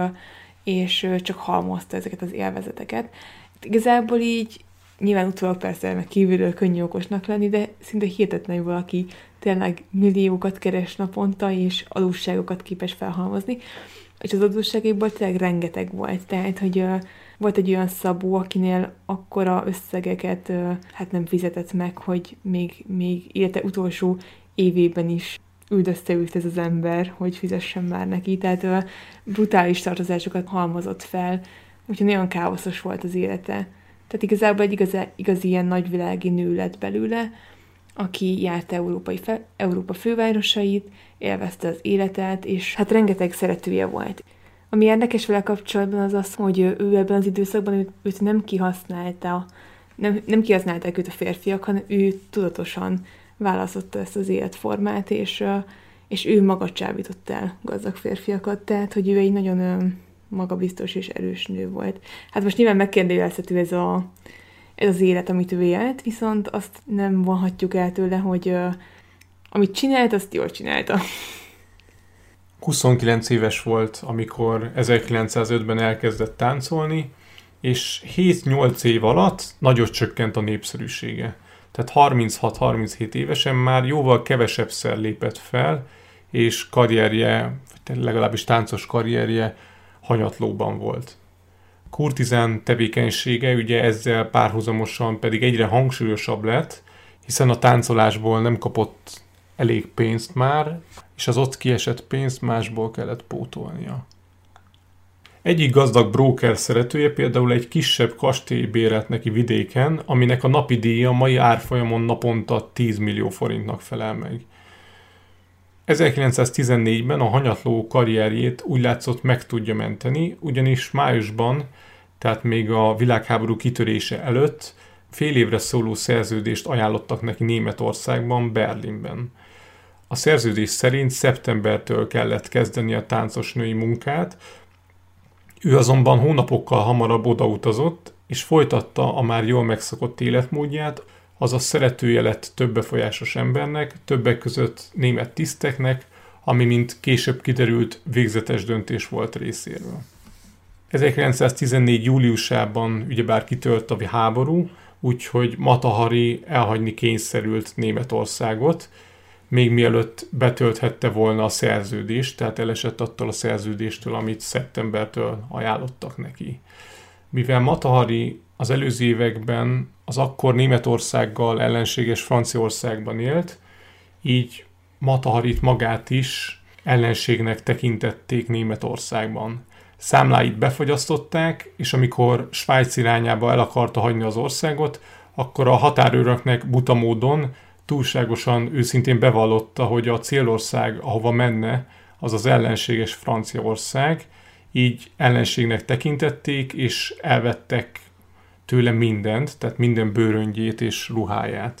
és csak halmozta ezeket az élvezeteket. Igazából így nyilván utólag persze meg kívülről könnyű okosnak lenni, de szinte hihetetlen, hogy valaki tényleg milliókat keres naponta, és adósságokat képes felhalmozni. És az adósságaiból tényleg rengeteg volt. Tehát, hogy volt egy olyan szabó, akinél akkora összegeket nem fizetett meg, hogy még élete utolsó évében is üldözte őt ez az ember, hogy fizessen már neki. Tehát brutális tartozásokat halmozott fel, úgyhogy nagyon káoszos volt az élete. Tehát igazából egy igazi ilyen nagyvilági nő lett belőle, aki járta Európa fővárosait, élvezte az életet, és hát rengeteg szeretője volt. Ami érdekes vele kapcsolatban az az, hogy ő ebben az időszakban őt nem kihasználták őt a férfiak, hanem ő tudatosan választotta ezt az életformát, és ő maga csábított el gazdag férfiakat, tehát hogy ő egy nagyon magabiztos és erős nő volt. Hát most nyilván megkérdőjelezhető ez az élet, amit ő élt, viszont azt nem vonhatjuk el tőle, hogy amit csinált, azt jól csinálta. 29 éves volt, amikor 1905-ben elkezdett táncolni, és 7-8 év alatt nagyot csökkent a népszerűsége. Tehát 36-37 évesen már jóval kevesebbszer lépett fel, és karrierje, legalábbis táncos karrierje hanyatlóban volt. Kurtizán tevékenysége ugye ezzel párhuzamosan pedig egyre hangsúlyosabb lett, hiszen a táncolásból nem kapott elég pénzt már, és az ott kiesett pénzt másból kellett pótolnia. Egyik gazdag bróker szeretője például egy kisebb kastély bérelt neki vidéken, aminek a napi díja mai árfolyamon naponta 10 millió forintnak felel meg. 1914-ben a hanyatló karrierjét úgy látszott meg tudja menteni, ugyanis májusban, tehát még a világháború kitörése előtt fél évre szóló szerződést ajánlottak neki Németországban, Berlinben. A szerződés szerint szeptembertől kellett kezdeni a táncosnői munkát, ő azonban hónapokkal hamarabb odautazott, és folytatta a már jól megszokott életmódját, azaz szeretője lett több befolyásos embernek, többek között német tiszteknek, ami mint később kiderült végzetes döntés volt részéről. 1914. júliusában ugyebár kitört a háború, úgyhogy Mata Hari elhagyni kényszerült Németországot, még mielőtt betölthette volna a szerződést, tehát elesett attól a szerződéstől, amit szeptembertől ajánlottak neki. Mivel Mata Hari az előző években az akkor Németországgal ellenséges Franciaországban élt, így Mata Harit magát is ellenségnek tekintették Németországban. Számláit befogyasztották, és amikor Svájc irányába el akarta hagyni az országot, akkor a határőröknek buta módon túlságosan őszintén bevallotta, hogy a célország, ahova menne, az az ellenséges Franciaország, így ellenségnek tekintették, és elvettek tőle mindent, tehát minden bőröngyét és ruháját.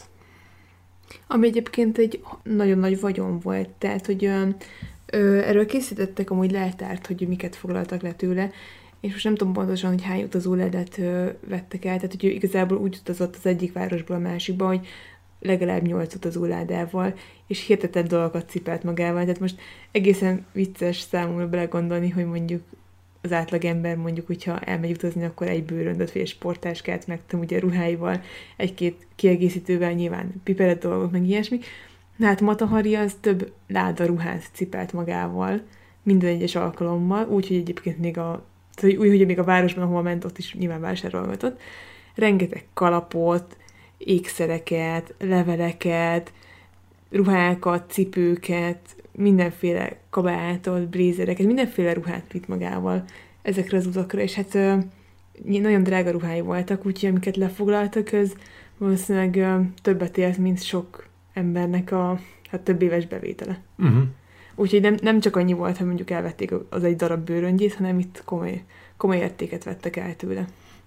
Ami egyébként egy nagyon nagy vagyon volt, tehát hogy erről készítettek amúgy leltárt, hogy miket foglaltak le tőle, és most nem tudom pontosan, hogy hány utazóledet vettek el, tehát hogy ő igazából úgy utazott az egyik városból a másikba, hogy legalább 8 utazóládával, és hihetetlen dolgokat cipelt magával. Tehát most egészen vicces számomra belegondolni, hogy mondjuk az átlagember mondjuk, hogyha elmegy utazni, akkor egy bőröndöt vagy egy sporttáskát, meg ugye ruháival, egy-két kiegészítővel, nyilván piperet dolgok, meg ilyesmi. Hát Mata Hari az több láda ruhát cipelt magával, minden egyes alkalommal, úgyhogy egyébként még úgy, hogy még a városban, ahol ment, ott is nyilván vásárolgatott. Rengeteg kalapot, ékszereket, leveleket, ruhákat, cipőket, mindenféle kabátot, blézereket, mindenféle ruhát vitt magával ezekre az utakra, és hát nagyon drága ruhái voltak, úgyhogy amiket lefoglaltak, az valószínűleg többet ért, mint sok embernek a több éves bevétele. Uh-huh. Úgyhogy nem csak annyi volt, hogy mondjuk elvették az egy darab bőröngyét, hanem itt komoly értéket vettek el tőle.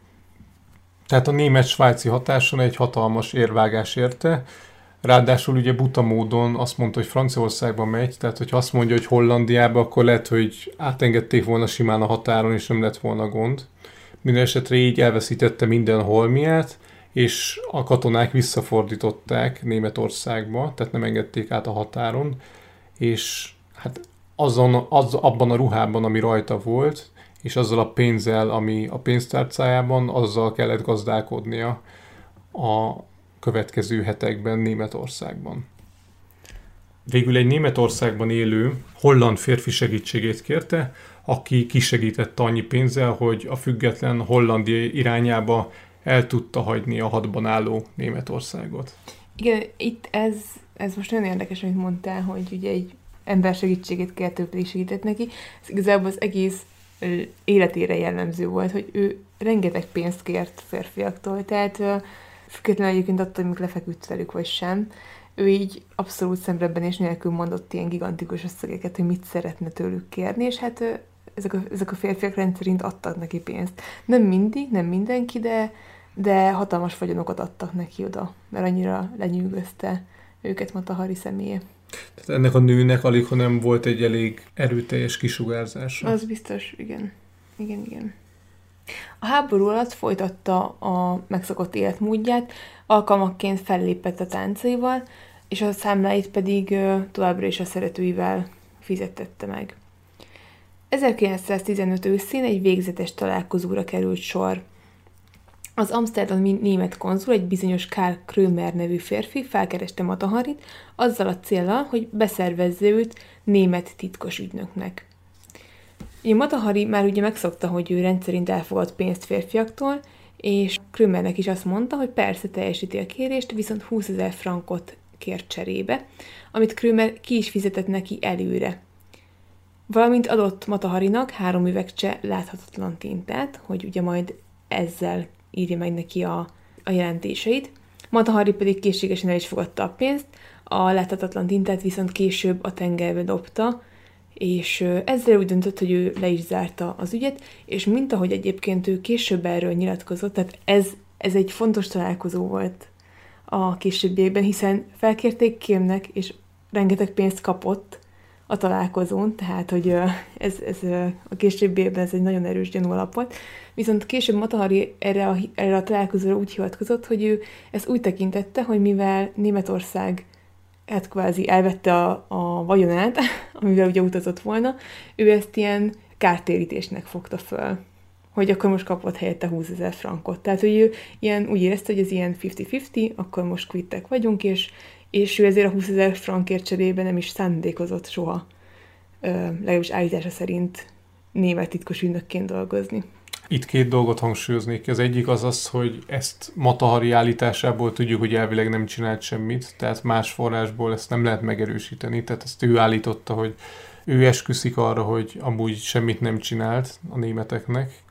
Tehát a német-svájci hatáson egy hatalmas érvágás érte, ráadásul ugye buta módon azt mondta, hogy Franciaországba megy, tehát hogyha azt mondja, hogy Hollandiába, akkor lehet, hogy átengedték volna simán a határon, és nem lett volna gond. Minden esetre így elveszítette minden holmiát, és a katonák visszafordították Németországba, tehát nem engedték át a határon, és hát abban a ruhában, ami rajta volt, és azzal a pénzzel, ami a pénztárcájában, azzal kellett gazdálkodnia a következő hetekben Németországban. Végül egy Németországban élő holland férfi segítségét kérte, aki kisegítette annyi pénzzel, hogy a független Hollandia irányába el tudta hagyni a hadban álló Németországot. Igen, itt ez most nagyon érdekes, amit mondtál, hogy ugye egy ember segítségét kért, ő pedig segített neki. Ez igazából az egész életére jellemző volt, hogy ő rengeteg pénzt kért férfiaktól, tehát függetlenül egyébként attól, hogy lefeküdt velük vagy sem, ő így abszolút szemrebbenés nélkül mondott ilyen gigantikus összegeket, hogy mit szeretne tőlük kérni, és hát ezek a férfiak rendszerint adtak neki pénzt. Nem mindig, nem mindenki, de hatalmas vagyonokat adtak neki oda, mert annyira lenyűgözte őket Mata Hari személye. Tehát ennek a nőnek alig, ha nem volt egy elég erőteljes kisugárzása. Az biztos, igen. Igen. A háború alatt folytatta a megszokott életmódját, alkalmakként fellépett a táncaival, és a számláit pedig továbbra is a szeretőivel fizettette meg. 1915 őszén egy végzetes találkozóra került sor. Az amszterdami német konzul, egy bizonyos Karl Krömer nevű férfi felkereste Mata Harit azzal a céllal, hogy beszervezze őt német titkos ügynöknek. Ugye Mata Hari már ugye megszokta, hogy ő rendszerint elfogad pénzt férfiaktól, és Krömernek is azt mondta, hogy persze teljesíti a kérést, viszont 20 000 frankot kért cserébe, amit Krömer ki is fizetett neki előre. Valamint adott Mata Harinak 3 üvegcse láthatatlan tintát, hogy ugye majd ezzel írja meg neki a jelentéseit. Mata Hari pedig készségesen el is fogadta a pénzt, a láthatatlan tintát viszont később a tengerbe dobta, és ezzel úgy döntött, hogy ő le is zárta az ügyet, és mint ahogy egyébként ő később erről nyilatkozott, tehát ez egy fontos találkozó volt a későbbiekben, hiszen felkérték Kémnek, és rengeteg pénzt kapott a találkozón, tehát hogy ez a későbbiekben ez egy nagyon erős gyanúalap volt. Viszont később Mata Hari erre a találkozóra úgy hivatkozott, hogy ő ezt úgy tekintette, hogy mivel Németország hát kvázi elvette a vagyonát, amivel ugye utazott volna, ő ezt ilyen kártérítésnek fogta föl, hogy akkor most kapott helyette 20 000 frankot. Tehát, hogy ő úgy érezte, hogy ez ilyen 50-50, akkor most kvittek vagyunk, és ő ezért a 20 000 frankért cserébe nem is szándékozott soha, legalábbis állítása szerint német titkos ügynökként dolgozni. Itt 2 dolgot hangsúlyoznék ki. Az egyik az, hogy ezt Mata Hari állításából tudjuk, hogy elvileg nem csinált semmit, tehát más forrásból ezt nem lehet megerősíteni, tehát ezt ő állította, hogy ő esküszik arra, hogy amúgy semmit nem csinált a németeknek.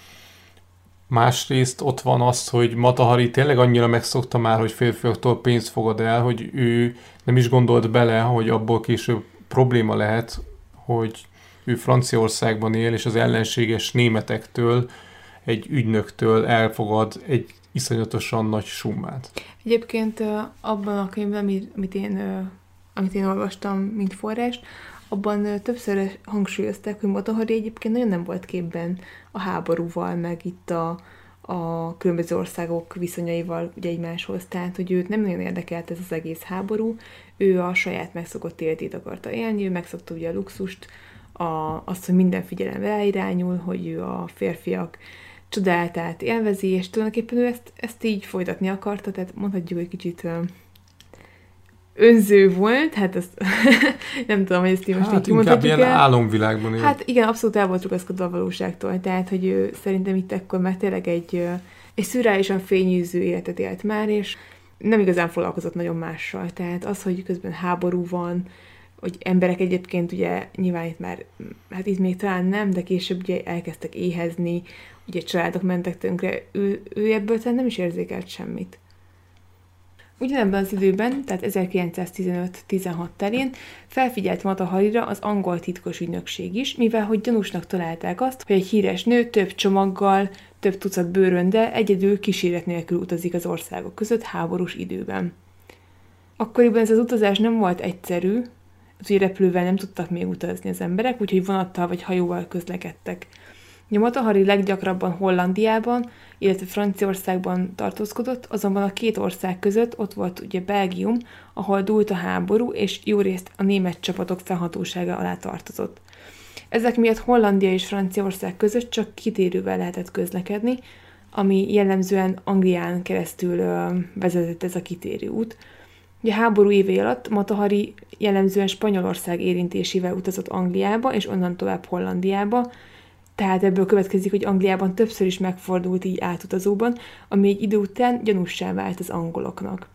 Másrészt ott van az, hogy Mata Hari tényleg annyira megszokta már, hogy férfiaktól pénzt fogad el, hogy ő nem is gondolt bele, hogy abból később probléma lehet, hogy ő Franciaországban él, és az ellenséges németektől, egy ügynöktől elfogad egy iszonyatosan nagy summát. Egyébként abban a könyvben, amit én olvastam, mint forrást, abban többször hangsúlyozták, hogy Mata Hari egyébként nagyon nem volt képben a háborúval, meg itt a különböző országok viszonyaival ugye egymáshoz. Tehát, hogy őt nem nagyon érdekelt ez az egész háború, ő a saját megszokott életét akarta élni, ő megszokta ugye a luxust, azt, hogy minden figyelem ráirányul, hogy ő a férfiak csodálatát élvezi, és tulajdonképpen ő ezt így folytatni akarta, tehát mondhatjuk, hogy kicsit önző volt, hát azt nem tudom, hogy ezt így most így kimondhatjuk el. Inkább ilyen álomvilágban él. Hát igen, abszolút el volt rugaszkodva a valóságtól, tehát, hogy ő szerintem itt ekkor már tényleg egy szürreálisan fényűző életet élt már, és nem igazán foglalkozott nagyon mással. Tehát az, hogy közben háború van, hogy emberek egyébként ugye nyilván itt már, hát itt még talán nem, de később ugye elkezdtek éhezni, ugye családok mentek tönkre, ő ebből talán nem is érzékelt semmit. Ugyanebben az időben, tehát 1915-16 terén felfigyelt Mata Harira az angol titkos ügynökség is, mivel hogy gyanúsnak találták azt, hogy egy híres nő több csomaggal, több tucat bőröndel egyedül kíséret nélkül utazik az országok között háborús időben. Akkoriban ez az utazás nem volt egyszerű, az repülővel nem tudtak még utazni az emberek, úgyhogy vonattal vagy hajóval közlekedtek. Mata Hari leggyakrabban Hollandiában, illetve Franciaországban tartózkodott, azonban a 2 ország között ott volt ugye Belgium, ahol dúlt a háború, és jó részt a német csapatok fennhatósága alá tartozott. Ezek miatt Hollandia és Franciaország között csak kitérővel lehetett közlekedni, ami jellemzően Anglián keresztül vezetett ez a kitérő út. Ugye a háború évei alatt Mata Hari jellemzően Spanyolország érintésével utazott Angliába, és onnan tovább Hollandiába, tehát ebből következik, hogy Angliában többször is megfordult így átutazóban, ami egy idő után gyanússá vált az angoloknak.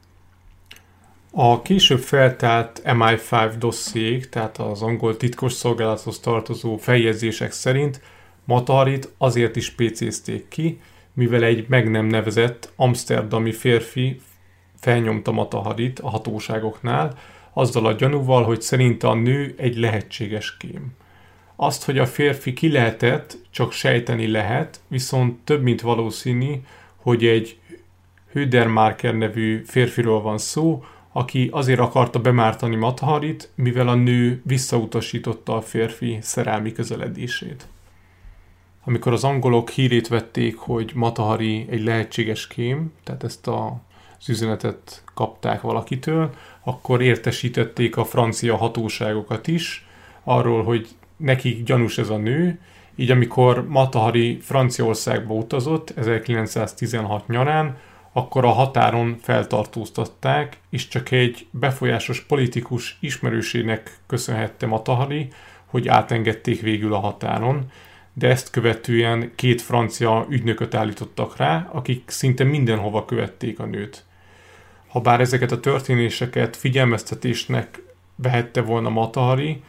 A később feltárt MI5 dossziék, tehát az angol titkos szolgálathoz tartozó feljegyzések szerint Mata Harit azért is pécézték ki, mivel egy meg nem nevezett amszterdami férfi felnyomta Mata Harit a hatóságoknál, azzal a gyanúval, hogy szerinte a nő egy lehetséges kém. Azt, hogy a férfi ki lehetett, csak sejteni lehet, viszont több mint valószínű, hogy egy Hödermarker nevű férfiról van szó, aki azért akarta bemártani Mata Harit, mivel a nő visszautasította a férfi szerelmi közeledését. Amikor az angolok hírét vették, hogy Mata Hari egy lehetséges kém, tehát ezt az üzenetet kapták valakitől, akkor értesítették a francia hatóságokat is, arról, hogy nekik gyanús ez a nő, így amikor Mata Hari Franciaországba utazott 1916 nyarán, akkor a határon feltartóztatták, és csak egy befolyásos politikus ismerősének köszönhette Mata Hari, hogy átengedték végül a határon, de ezt követően 2 francia ügynököt állítottak rá, akik szinte mindenhova követték a nőt. Habár ezeket a történéseket figyelmeztetésnek vehette volna Mata Hari,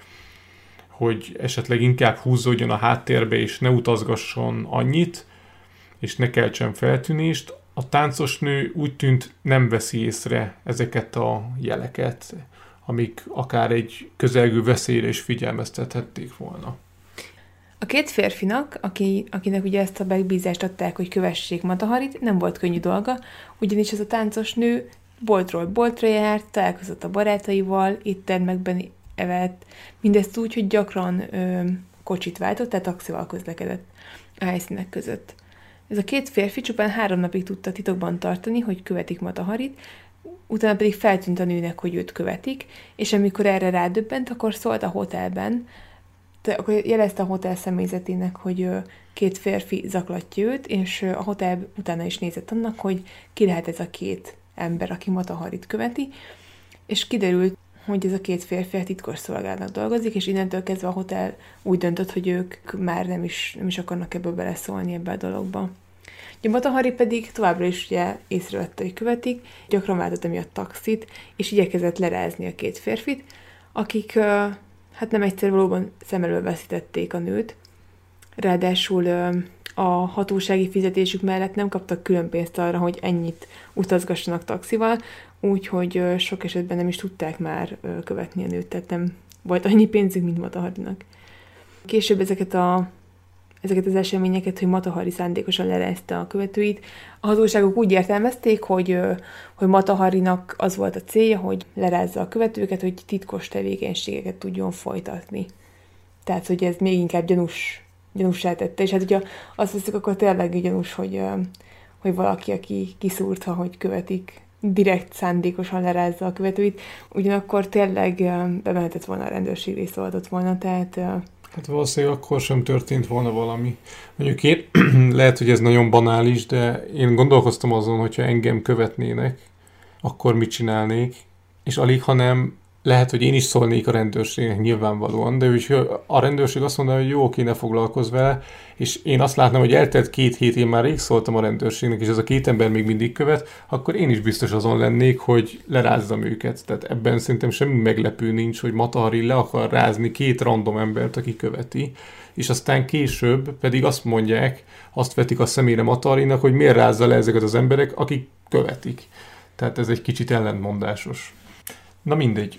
hogy esetleg inkább húzódjon a háttérbe, és ne utazgasson annyit, és ne keltsen feltűnést, a táncos nő úgy tűnt nem veszi észre ezeket a jeleket, amik akár egy közelgő veszélyre is figyelmeztethették volna. A 2 férfinak, akinek ugye ezt a megbízást adták, hogy kövessék Mata Harit, nem volt könnyű dolga, ugyanis ez a táncos nő boltról boltra járt, találkozott a barátaival, éttermekben evett, mindezt úgy, hogy gyakran kocsit váltott, tehát taxival közlekedett a helyszínek között. Ez a 2 férfi csupán 3 napig tudta titokban tartani, hogy követik Mata Harit, utána pedig feltűnt a nőnek, hogy őt követik, és amikor erre rádöbbent, akkor szólt a hotelben, akkor jelezte a hotel személyzetének, hogy 2 férfi zaklatja őt, és a hotel utána is nézett annak, hogy ki lehet ez a 2 ember, aki Mata Harit követi, és kiderült, hogy ez a 2 férfi a titkos szolgálatnak dolgozik, és innentől kezdve a hotel úgy döntött, hogy ők már nem is akarnak ebből beleszólni ebbe a dologba. A Mata Hari pedig továbbra is ugye észrevette, hogy követik, gyakran váltott emiatt taxit, és igyekezett lerázni a 2 férfit, akik hát nem egyszer valóban szem elől veszítették a nőt, ráadásul a hatósági fizetésük mellett nem kaptak külön pénzt arra, hogy ennyit utazgassanak taxival, úgyhogy sok esetben nem is tudták már követni a nőt, tehát nem volt annyi pénzük, mint Mata Harinak. Később ezeket az eseményeket, hogy Mata Hari szándékosan lerázta a követőit, a hatóságok úgy értelmezték, hogy Mata Harinak az volt a célja, hogy lerázza a követőket, hogy titkos tevékenységeket tudjon folytatni. Tehát, hogy ez még inkább gyanússá tette. És hát, hogyha azt veszük, akkor tényleg gyanús, hogy valaki, aki kiszúrta, hogy követik, direkt szándékosan lerázza a követőit, ugyanakkor tényleg bemehetett volna a rendőrség részt volna, tehát... Hát valószínűleg akkor sem történt volna valami. Mondjuk én, lehet, hogy ez nagyon banális, de én gondolkoztam azon, hogyha engem követnének, akkor mit csinálnék, és alig, hanem lehet, hogy én is szólnék a rendőrségnek nyilvánvalóan, de úgy, a rendőrség azt mondaná, hogy jó, oké, ne foglalkozz vele, és én azt látnám, hogy eltelt 2 hét, én már rég szóltam a rendőrségnek, és ez a 2 ember még mindig követ, akkor én is biztos azon lennék, hogy lerázzam őket. Tehát ebben szerintem semmi meglepő nincs, hogy Mata Hari le akar rázni 2 random embert, aki követi, és aztán később pedig azt mondják, azt vetik a szemére Mata Harinak, hogy miért rázza le ezeket az emberek, akik követik. Tehát ez egy kicsit ellentmondásos. Na mindegy.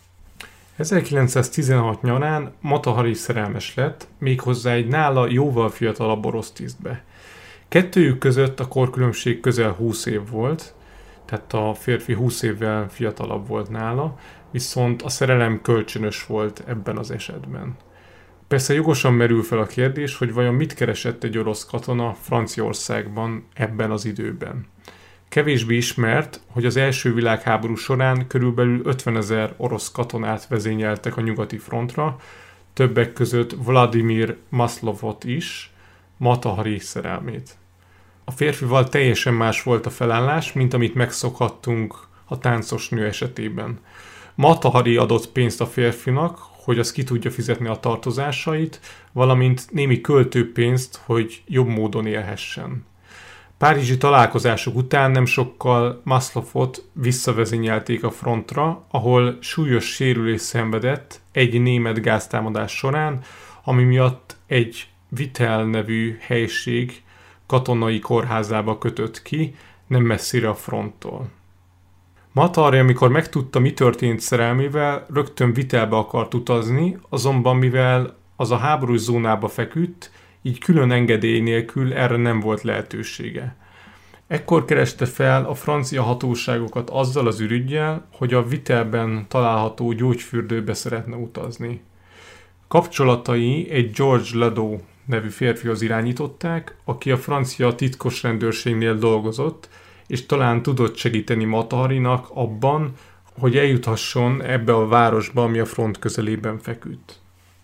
1916 nyarán Mata Hari szerelmes lett, méghozzá egy nála jóval fiatalabb orosztisztbe. Kettőjük között a korkülönbség közel 20 év volt, tehát a férfi 20 évvel fiatalabb volt nála, viszont a szerelem kölcsönös volt ebben az esetben. Persze jogosan merül fel a kérdés, hogy vajon mit keresett egy orosz katona Franciaországban ebben az időben. Kevésbé ismert, hogy az első világháború során körülbelül 50 000 orosz katonát vezényeltek a nyugati frontra, többek között Vladimir Maslovot is, Mata Hari szerelmét. A férfival teljesen más volt a felállás, mint amit megszokhattunk a táncos nő esetében. Mata Hari adott pénzt a férfinak, hogy az ki tudja fizetni a tartozásait, valamint némi költőpénzt, hogy jobb módon élhessen. Párizsi találkozások után nem sokkal Maslovot visszavezényelték a frontra, ahol súlyos sérülést szenvedett egy német gáztámadás során, ami miatt egy Vitel nevű helység katonai kórházába kötött ki, nem messzire a fronttól. Mata Hari, amikor megtudta, mi történt szerelmével, rögtön Vitelbe akart utazni, azonban mivel az a háborús zónába feküdt, így külön engedély nélkül erre nem volt lehetősége. Ekkor kereste fel a francia hatóságokat azzal az ürüggyel, hogy a Vitelben található gyógyfürdőbe szeretne utazni. Kapcsolatai egy George Ledoux nevű férfihoz irányították, aki a francia titkos rendőrségnél dolgozott, és talán tudott segíteni Mata Harinak abban, hogy eljuthasson ebbe a városba, ami a front közelében feküdt.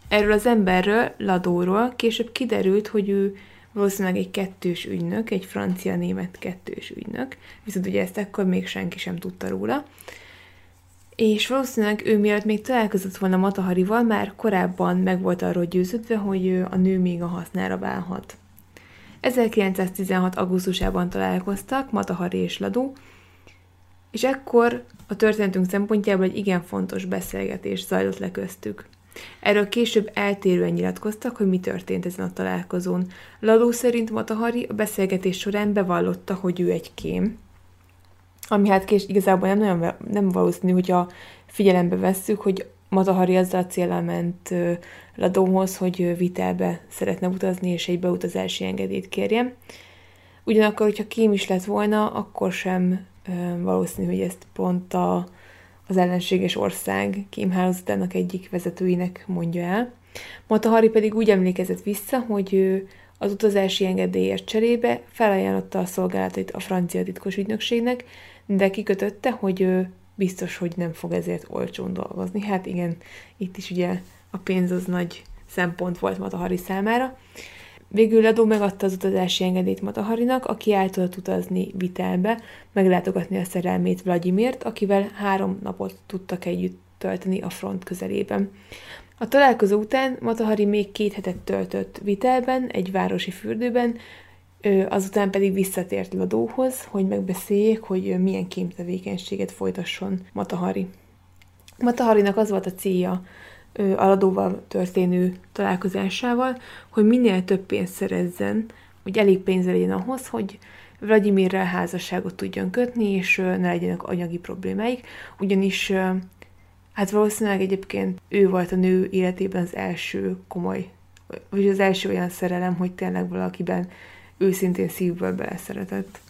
Erről az emberről, Ladóról később kiderült, hogy ő valószínűleg egy kettős ügynök, egy francia-német kettős ügynök, viszont ugye ezt akkor még senki sem tudta róla. És valószínűleg ő mielőtt még találkozott volna Mata Harival, már korábban meg volt arról győződve, hogy a nő még a hasznára válhat. 1916. augusztusában találkoztak Mata Hari és Ladó, és ekkor a történetünk szempontjából egy igen fontos beszélgetés zajlott le köztük. Erről később eltérően nyilatkoztak, hogy mi történt ezen a találkozón. Ladó szerint Mata Hari a beszélgetés során bevallotta, hogy ő egy kém, ami hát igazából nem valószínű, hogyha figyelembe vesszük, hogy Mata Hari azzal a céllal ment Ladóhoz, hogy vitelbe szeretne utazni, és egy beutazási engedélyt kérjen. Ugyanakkor, hogyha kém is lett volna, akkor sem valószínű, hogy ezt pont az ellenséges ország kémhálózatának egyik vezetőinek mondja el. Mata Hari pedig úgy emlékezett vissza, hogy ő az utazási engedélyért cserébe felajánlotta a szolgálatait a francia titkos ügynökségnek, de kikötötte, hogy ő biztos, hogy nem fog ezért olcsón dolgozni. Hát igen, itt is ugye a pénz az nagy szempont volt Mata Hari számára. Végül Ladó megadta az utazási engedélyt Mata Harinak, aki el tudott utazni vitelbe, meglátogatni a szerelmét Vladimirt, akivel 3 napot tudtak együtt tölteni a front közelében. A találkozó után Mata Hari még 2 hetet töltött vitelben, egy városi fürdőben, azután pedig visszatért Ladóhoz, hogy megbeszéljék, hogy milyen kémtevékenységet folytasson Mata Hari. Mata Harinak az volt a célja a Ladóval történő találkozásával, hogy minél több pénzt szerezzen, hogy elég pénze legyen ahhoz, hogy Vladimirrel házasságot tudjon kötni, és ne legyenek anyagi problémáik, ugyanis hát valószínűleg egyébként ő volt a nő életében az első komoly, vagy az első olyan szerelem, hogy tényleg valakiben őszintén szívből beleszeretett.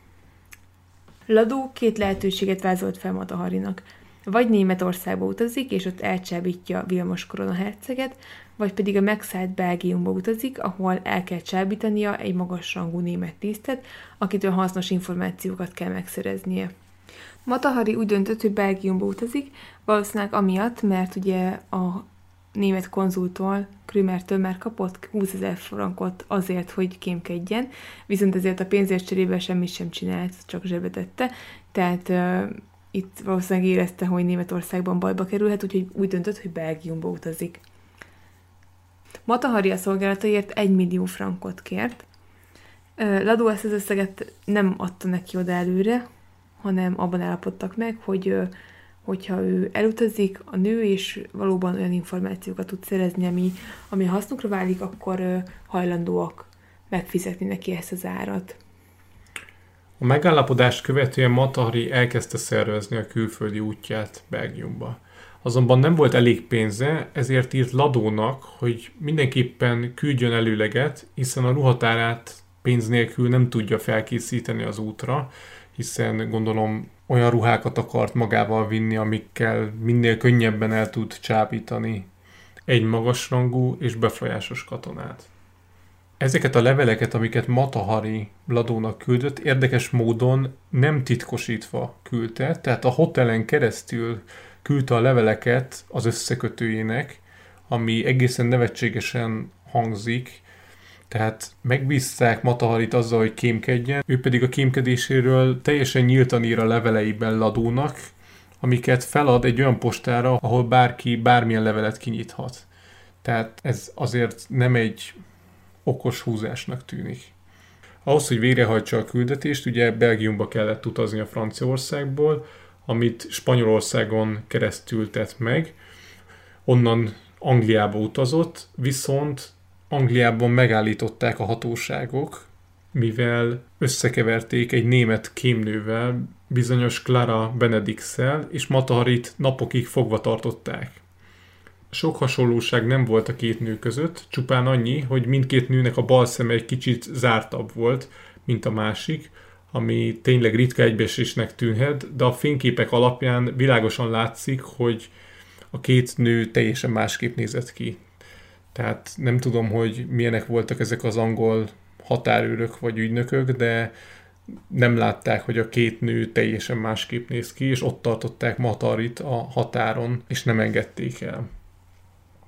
Ladó 2 lehetőséget vázolt fel Mata Harinak. Vagy Németországba utazik, és ott elcsábítja Vilmos korona herceget, vagy pedig a megszállt Belgiumba utazik, ahol el kell csábítania egy magasrangú német tisztet, akitől hasznos információkat kell megszereznie. Mata Hari úgy döntött, hogy Belgiumba utazik, valószínűleg amiatt, mert ugye a német konzultól, Krümertől már kapott 20 000 frankot azért, hogy kémkedjen, viszont ezért a pénzért cserébe semmit sem csinált, csak zsebbe tette, tehát itt valószínűleg érezte, hogy Németországban bajba kerülhet, úgyhogy úgy döntött, hogy Belgiumba utazik. Mata Hari a szolgálataiért 1 millió frankot kért. Ladó ezt az összeget nem adta neki oda előre, hanem abban állapodtak meg, hogy hogyha ő elutazik, a nő, és valóban olyan információkat tud szerezni, ami hasznukra válik, akkor hajlandóak megfizetni neki ezt az árat. A megállapodást követően Mata Hari elkezdte szervezni a külföldi útját Belgiumba. Azonban nem volt elég pénze, ezért írt Ladónak, hogy mindenképpen küldjön előleget, hiszen a ruhatárát pénz nélkül nem tudja felkészíteni az útra, hiszen gondolom olyan ruhákat akart magával vinni, amikkel minél könnyebben el tud csábítani egy magasrangú és befolyásos katonát. Ezeket a leveleket, amiket Mata Hari Ladónak küldött, érdekes módon nem titkosítva küldte, tehát a hotelen keresztül küldte a leveleket az összekötőjének, ami egészen nevetségesen hangzik, tehát megbízták Mata Harit azzal, hogy kémkedjen, ő pedig a kémkedéséről teljesen nyíltan ír a leveleiben Ladónak, amiket felad egy olyan postára, ahol bárki bármilyen levelet kinyithat. Tehát ez azért nem egy okos húzásnak tűnik. Ahhoz, hogy végrehajtsa a küldetést, ugye Belgiumba kellett utazni a Franciaországból, amit Spanyolországon keresztül tett meg, onnan Angliába utazott, viszont Angliában megállították a hatóságok, mivel összekeverték egy német kémnővel, bizonyos Clara Benedixsel, és Mata Harit napokig fogva tartották. Sok hasonlóság nem volt a 2 nő között, csupán annyi, hogy mindkét nőnek a bal szeme egy kicsit zártabb volt, mint a másik, ami tényleg ritka egybeesésnek tűnhet, de a fényképek alapján világosan látszik, hogy a 2 nő teljesen másképp nézett ki. Tehát nem tudom, hogy milyenek voltak ezek az angol határőrök vagy ügynökök, de nem látták, hogy a 2 nő teljesen másképp néz ki, és ott tartották Mata Harit a határon, és nem engedték el.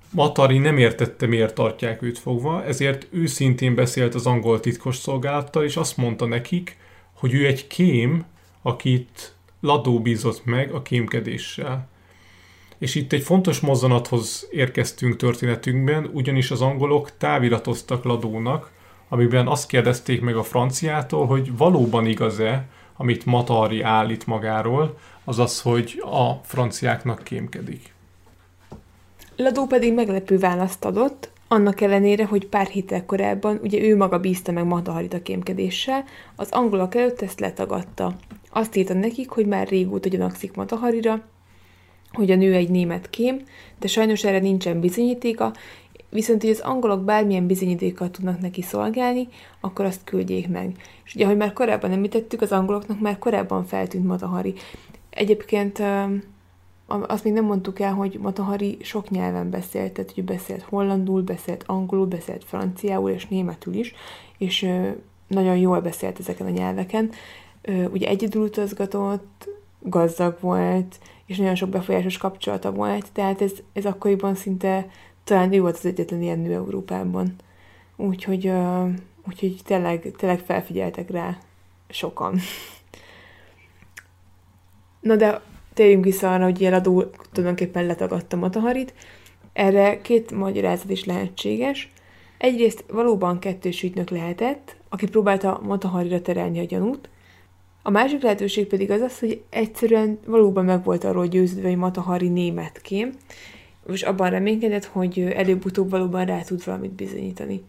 Mata Hari nem értette, miért tartják őt fogva, ezért őszintén beszélt az angol titkosszolgálattal, és azt mondta nekik, hogy ő egy kém, akit Ladó bízott meg a kémkedéssel. És itt egy fontos mozzanathoz érkeztünk történetünkben, ugyanis az angolok táviratoztak Ladónak, amiben azt kérdezték meg a franciától, hogy valóban igaz-e, amit Mata Hari állít magáról, azaz, hogy a franciáknak kémkedik. Ladó pedig meglepő választ adott, annak ellenére, hogy pár héttel korábban ugye ő maga bízta meg Mata Harit a kémkedéssel, az angolok előtt ezt letagadta. Azt írta nekik, hogy már régóta gyanakszik Mata Harira, hogy a nő egy német kém, de sajnos erre nincsen bizonyítéka, viszont hogy az angolok bármilyen bizonyítékkal tudnak neki szolgálni, akkor azt küldjék meg. És ugye, ahogy már korábban említettük, az angoloknak már korábban feltűnt Mata Hari. Egyébként azt még nem mondtuk el, hogy Mata Hari sok nyelven beszélt, tehát hogy beszélt hollandul, beszélt angolul, beszélt franciául és németül is, és nagyon jól beszélt ezeken a nyelveken. Ugye egyedül utazgatott, gazdag volt, és nagyon sok befolyásos kapcsolata volt, tehát ez akkoriban szinte talán ő volt az egyetlen ilyen nő Európában. Úgyhogy tényleg felfigyeltek rá sokan. Na de térjünk vissza arra, hogy Ladó tulajdonképpen letagadta Mata Harit. Erre két magyarázat is lehetséges. Egyrészt valóban kettős ügynök lehetett, aki próbálta Mata Harira terelni a gyanút. A másik lehetőség pedig az, hogy egyszerűen valóban meg volt arról győződve, hogy Mata Hari németkém, és abban reménykedett, hogy előbb-utóbb valóban rá tud valamit bizonyítani.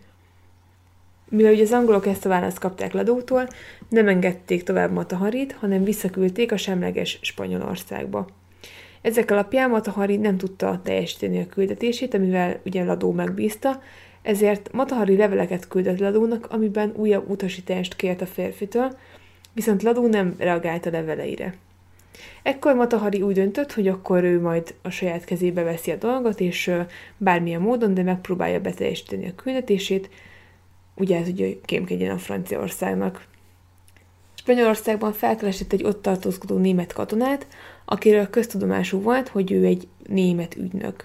Mivel ugye az angolok ezt a választ kapták Ladótól, nem engedték tovább Mata Harit, hanem visszaküldték a semleges Spanyolországba. Ezek alapján Mata Hari nem tudta teljesíteni a küldetését, amivel ugye Ladó megbízta, ezért Mata Hari leveleket küldött Ladónak, amiben újabb utasítást kért a férfitől, viszont Ladó nem reagált a leveleire. Ekkor Mata Hari úgy döntött, hogy akkor ő majd a saját kezébe veszi a dolgot, és bármilyen módon, de megpróbálja beteljesíteni a küldetését, ugye ez ugye kémkedjen a Franciaországnak. Spanyolországban felkeresett egy ott tartózkodó német katonát, akiről köztudomású volt, hogy ő egy német ügynök.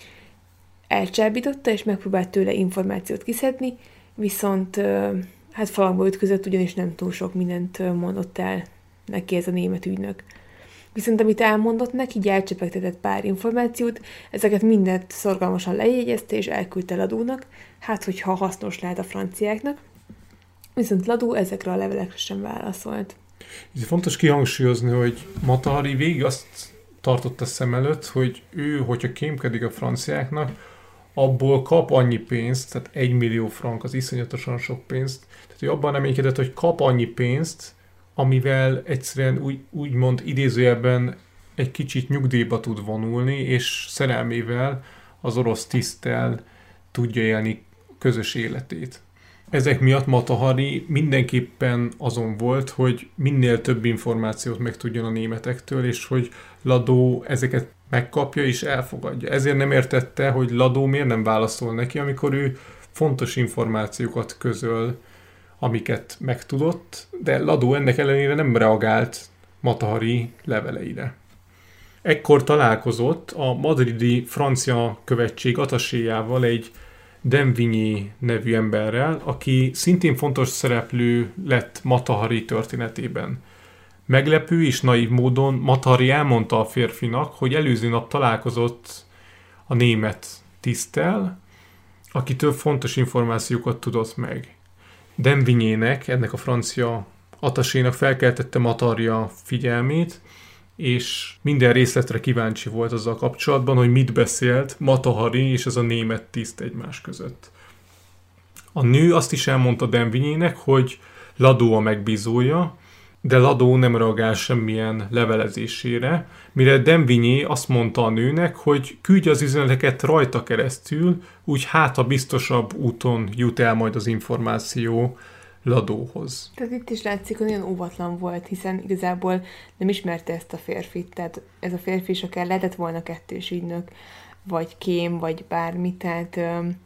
Elcsábította, és megpróbált tőle információt kiszedni, viszont hát falakba ütközött, ugyanis nem túl sok mindent mondott el neki ez a német ügynök. Viszont amit elmondott neki, így elcsepegtetett pár információt, ezeket mindent szorgalmasan lejegyezte és elküldte Ladónak, hát hogyha hasznos lehet a franciáknak, viszont Ladó ezekre a levelekre sem válaszolt. Itt fontos kihangsúlyozni, hogy Mata Hari végig azt tartotta szem előtt, hogy ő, hogyha kémkedik a franciáknak, abból kap annyi pénzt, tehát 1 millió frank, az iszonyatosan sok pénzt, tehát ő abban reménykedett, hogy kap annyi pénzt, amivel egyszerűen úgymond idézőjelben egy kicsit nyugdíjba tud vonulni, és szerelmével, az orosz tiszttel tudja élni közös életét. Ezek miatt Mata Hari mindenképpen azon volt, hogy minél több információt megtudjon a németektől, és hogy Ladó ezeket megkapja és elfogadja. Ezért nem értette, hogy Ladó miért nem válaszol neki, amikor ő fontos információkat közöl, amiket megtudott, de Ladó ennek ellenére nem reagált Mata Hari leveleire. Ekkor találkozott a madridi francia követség ataséjával, egy Denvigné nevű emberrel, aki szintén fontos szereplő lett Mata Hari történetében. Meglepő és naív módon Mata Hari elmondta a férfinak, hogy előző nap találkozott a német tiszttel, akitől fontos információkat tudott meg. Denvignének, ennek a francia atasénak felkeltette Mata Hari a figyelmét, és minden részletre kíváncsi volt azzal kapcsolatban, hogy mit beszélt Mata Hari és ez a német tiszt egymás között. A nő azt is elmondta Denvignének, hogy Ladó a megbízója, de Ladó nem reagál semmilyen levelezésére, mire Denvigné azt mondta a nőnek, hogy küldje az üzeneteket rajta keresztül, úgy hát a biztosabb úton jut el majd az információ Ladóhoz. Tehát itt is látszik, hogy nagyon óvatlan volt, hiszen igazából nem ismerte ezt a férfit, tehát ez a férfi is akár lehetett volna kettős ügynök, vagy kém, vagy bármi, tehát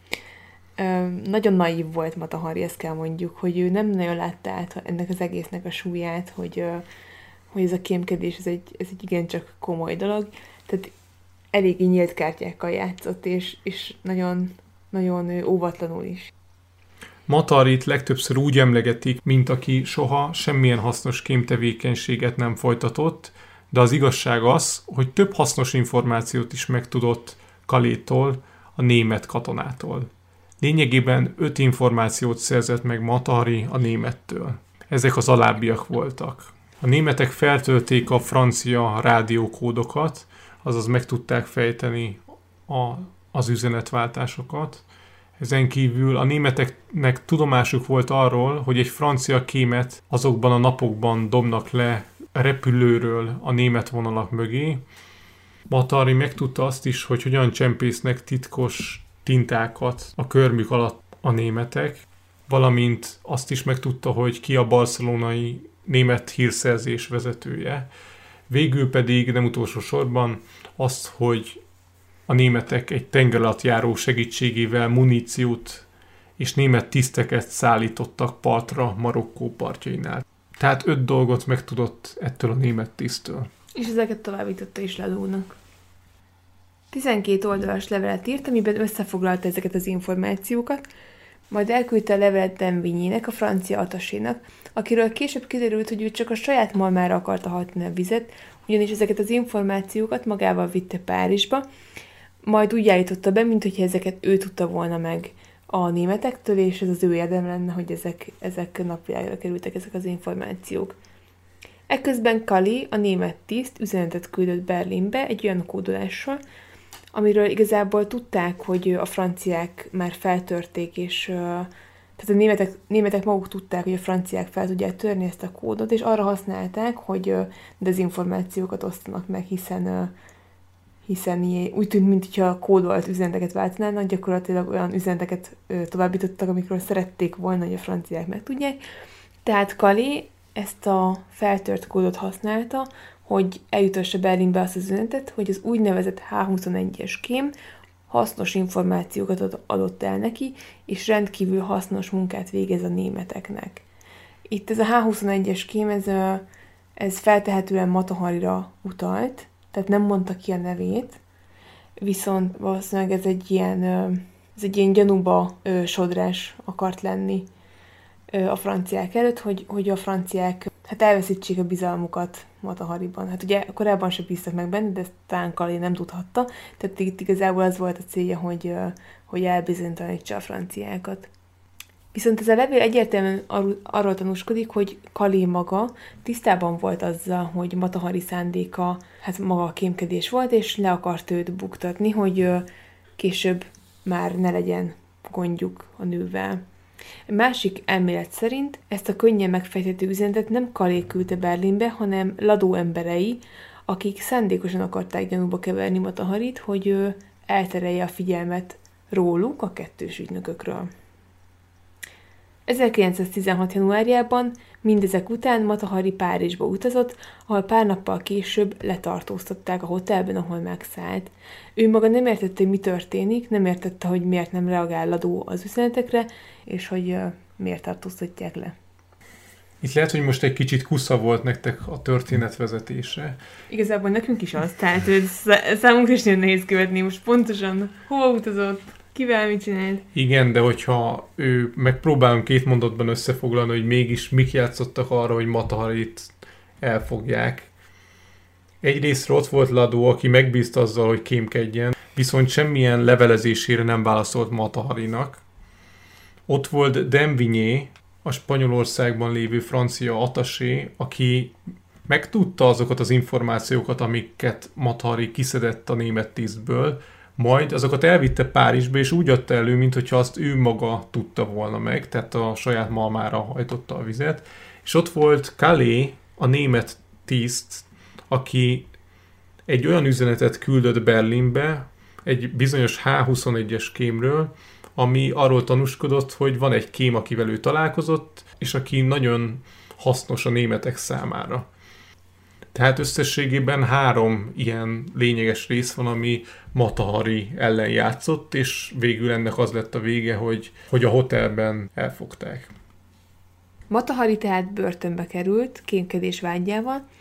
nagyon naív volt Mata Hari, ezt kell mondjuk, hogy ő nem nagyon látta át ennek az egésznek a súlyát, hogy ez a kémkedés, ez egy igencsak komoly dolog. Tehát eléggé nyílt kártyákkal játszott, és nagyon, nagyon óvatlanul is. Mata Harit legtöbbször úgy emlegetik, mint aki soha semmilyen hasznos kémtevékenységet nem folytatott, de az igazság az, hogy több hasznos információt is megtudott Calétól, a német katonától. Lényegében 5 információt szerzett meg Mata Hari a némettől. Ezek az alábbiak voltak. A németek feltölték a francia rádiókódokat, azaz meg tudták fejteni az üzenetváltásokat. Ezen kívül a németeknek tudomásuk volt arról, hogy egy francia kémet azokban a napokban dobnak le repülőről a német vonalak mögé. Mata Hari megtudta azt is, hogy hogyan csempésznek titkos tintákat a körmük alatt a németek, valamint azt is megtudta, hogy ki a barcelonai német hírszerzés vezetője. Végül pedig nem utolsó sorban azt, hogy a németek egy tengeralattjáró segítségével muníciót és német tiszteket szállítottak partra Marokkó partjainál. Tehát 5 dolgot megtudott ettől a német tiszttől. És ezeket továbbította is Ladónak. 12 oldalas levelet írt, amiben összefoglalta ezeket az információkat, majd elküldte a levelet Denvignyének, a francia atasénak, akiről később kiderült, hogy ő csak a saját malmára akarta hatni a vizet, ugyanis ezeket az információkat magával vitte Párizsba, majd úgy állította be, mintha ezeket ő tudta volna meg a németektől, és ez az ő érdem lenne, hogy ezek napvilágra kerültek ezek az információk. Ekközben Calais, a német tiszt üzenetet küldött Berlinbe egy olyan kódolással, amiről igazából tudták, hogy a franciák már feltörték, és tehát a németek maguk tudták, hogy a franciák fel tudják törni ezt a kódot, és arra használták, hogy dezinformációkat osztanak meg, hiszen úgy tűnt, mintha kódolt üzeneteket váltanának, gyakorlatilag olyan üzeneteket továbbítottak, amikről szerették volna, hogy a franciák megtudják. Tehát Calais ezt a feltört kódot használta, hogy eljutassa Berlinbe azt az üzenetet, hogy az úgynevezett H21-es kém hasznos információkat adott el neki, és rendkívül hasznos munkát végez a németeknek. Itt ez a H21-es kém, ez feltehetően Mata Harira utalt, tehát nem mondta ki a nevét, viszont valószínűleg ez egy ilyen gyanúba sodrás akart lenni a franciák előtt, hogy a franciák elveszítsék a bizalmukat Mata Hariban. Hát ugye korábban sem bíztak meg benne, de ezt talán Calais nem tudhatta, tehát itt igazából az volt a célja, hogy elbizonytalanítsa a franciákat. Viszont ez a levél egyértelműen arról tanúskodik, hogy Calais maga tisztában volt azzal, hogy Mata Hari szándéka maga a kémkedés volt, és le akart őt buktatni, hogy később már ne legyen gondjuk a nővel. Egy másik elmélet szerint ezt a könnyen megfejthető üzenetet nem Calais küldte Berlinbe, hanem Ladó emberei, akik szándékosan akarták gyanúba keverni Mata Harit, hogy elterelje a figyelmet róluk, a kettős ügynökökről. 1916. januárjában mindezek után Mata Hari Párizsba utazott, ahol pár nappal később letartóztatták a hotelben, ahol megszállt. Ő maga nem értette, hogy mi történik, nem értette, hogy miért nem reagál Ladó az üzenetekre, és hogy miért tartóztatják le. Itt lehet, hogy most egy kicsit kusza volt nektek a történetvezetése. Igazából nekünk is az, tehát számunkra is nagyon nehéz követni, most pontosan hova utazott, kivel mit csinált. Igen, de hogyha megpróbálom 2 mondatban összefoglalni, hogy mégis mik játszottak arra, hogy Mata Harit elfogják. Egyrésztről ott volt Ladó, aki megbízta azzal, hogy kémkedjen, viszont semmilyen levelezésére nem válaszolt Mata Harinak. Ott volt Denvigné, a Spanyolországban lévő francia atasé, aki megtudta azokat az információkat, amiket Mata Hari kiszedett a német tisztből, majd azokat elvitte Párizsba, és úgy adta elő, mintha azt ő maga tudta volna meg, tehát a saját malmára hajtotta a vizet. És ott volt Calais, a német tiszt, aki egy olyan üzenetet küldött Berlinbe, egy bizonyos H21-es kémről, ami arról tanúskodott, hogy van egy kém, akivel ő találkozott, és aki nagyon hasznos a németek számára. Tehát összességében 3 ilyen lényeges rész van, ami Mata Hari ellen játszott, és végül ennek az lett a vége, hogy a hotelben elfogták. Mata Hari tehát börtönbe került kémkedés vágyával,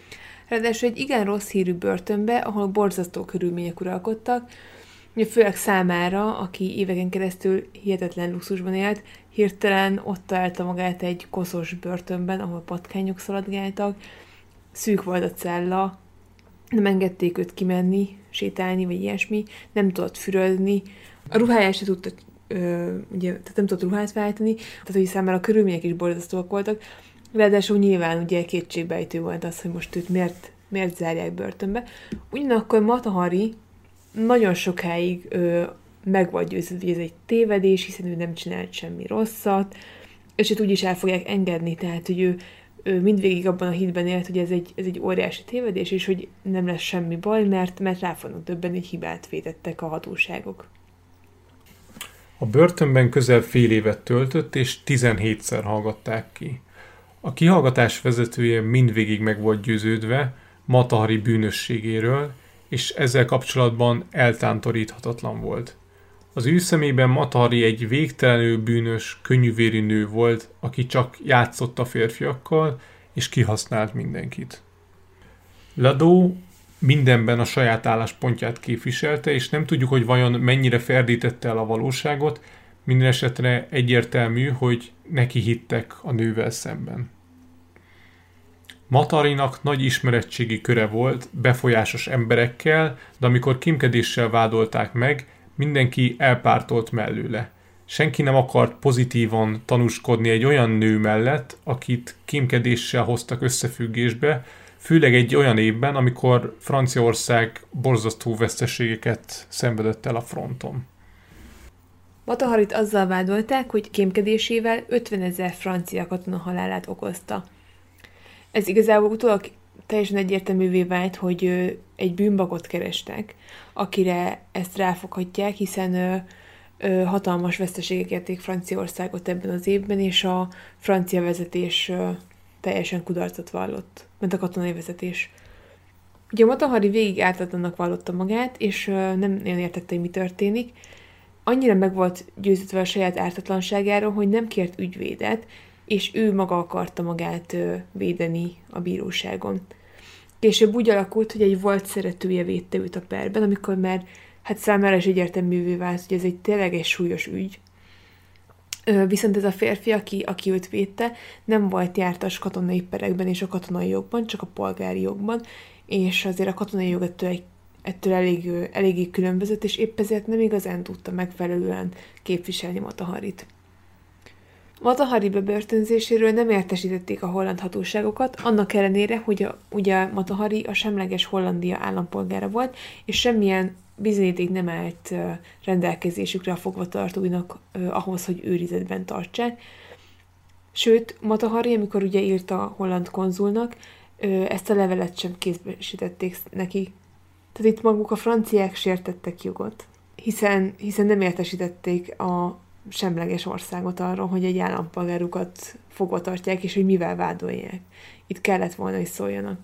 Ráadásul egy igen rossz hírű börtönbe, ahol borzasztó körülmények uralkodtak, főleg számára, aki éveken keresztül hihetetlen luxusban élt, hirtelen ott találta magát egy koszos börtönben, ahol patkányok szaladgáltak, szűk volt a cella, nem engedték őt kimenni, sétálni, vagy ilyesmi, nem tudott fürödni, a ruháját se tudta, tehát nem tudott ruhát váltani, tehát hogy számára a körülmények is borzasztóak voltak, ráadásul nyilván ugye kétségbejtő volt az, hogy most őt miért zárják börtönbe. Ugyanakkor Mata Hari nagyon sokáig meg volt győződve, hogy ez egy tévedés, hiszen ő nem csinált semmi rosszat, és őt úgyis el fogják engedni, tehát hogy ő mindvégig abban a hitben élt, hogy ez egy óriási tévedés, és hogy nem lesz semmi baj, mert rá fognak döbbenni, hogy hibát vétettek a hatóságok. A börtönben közel fél évet töltött, és 17-szer hallgatták ki. A kihallgatás vezetője mindvégig meg volt győződve Mata Hari bűnösségéről, és ezzel kapcsolatban eltántoríthatatlan volt. Az ő szemében Mata Hari egy végtelenül bűnös, könnyűvérű nő volt, aki csak játszott a férfiakkal, és kihasznált mindenkit. Lado mindenben a saját álláspontját képviselte, és nem tudjuk, hogy vajon mennyire ferdítette el a valóságot, minden esetre egyértelmű, hogy neki hittek a nővel szemben. Mata Harinak nagy ismeretségi köre volt befolyásos emberekkel, de amikor kémkedéssel vádolták meg, mindenki elpártolt mellőle. Senki nem akart pozitívan tanúskodni egy olyan nő mellett, akit kémkedéssel hoztak összefüggésbe, főleg egy olyan évben, amikor Franciaország borzasztó veszteségeket szenvedett el a fronton. Mata Harit azzal vádolták, hogy kémkedésével 50 000 francia katona halálát okozta. Ez igazából utólag teljesen egyértelművé vált, hogy egy bűnbakot kerestek, akire ezt ráfoghatják, hiszen hatalmas veszteségek érték Franciaországot ebben az évben, és a francia vezetés teljesen kudarcot vallott, mint a katonai vezetés. Ugye Mata Hari végig ártatlannak vallotta magát, és nem nagyon értette, hogy mi történik. Annyira meg volt győződve a saját ártatlanságáról, hogy nem kért ügyvédet, és ő maga akarta magát védeni a bíróságon. Később úgy alakult, hogy egy volt szeretője védte őt a perben, amikor már számára is egyértelművé vált, hogy ez tényleg egy súlyos ügy. Viszont ez a férfi, aki őt védte, nem volt jártas katonai perekben és a katonai jogban, csak a polgári jogban, és azért a katonai jog ettől eléggé különbözött, és épp ezért nem igazán tudta megfelelően képviselni Mata Harit. Mata Hari bebörtönzéséről nem értesítették a holland hatóságokat, annak ellenére, hogy ugye Mata Hari a semleges Hollandia állampolgára volt, és semmilyen bizonyíték nem állt rendelkezésükre a fogvatartóinak ahhoz, hogy őrizetben tartsák. Sőt, Mata Hari, amikor ugye írt a holland konzulnak, ezt a levelet sem kézbesítették neki. Tehát itt maguk a franciák sértettek jogot, hiszen nem értesítették a semleges országot arról, hogy egy állampolgárukat fogva tartják, és hogy mivel vádolják. Itt kellett volna, hogy szóljanak.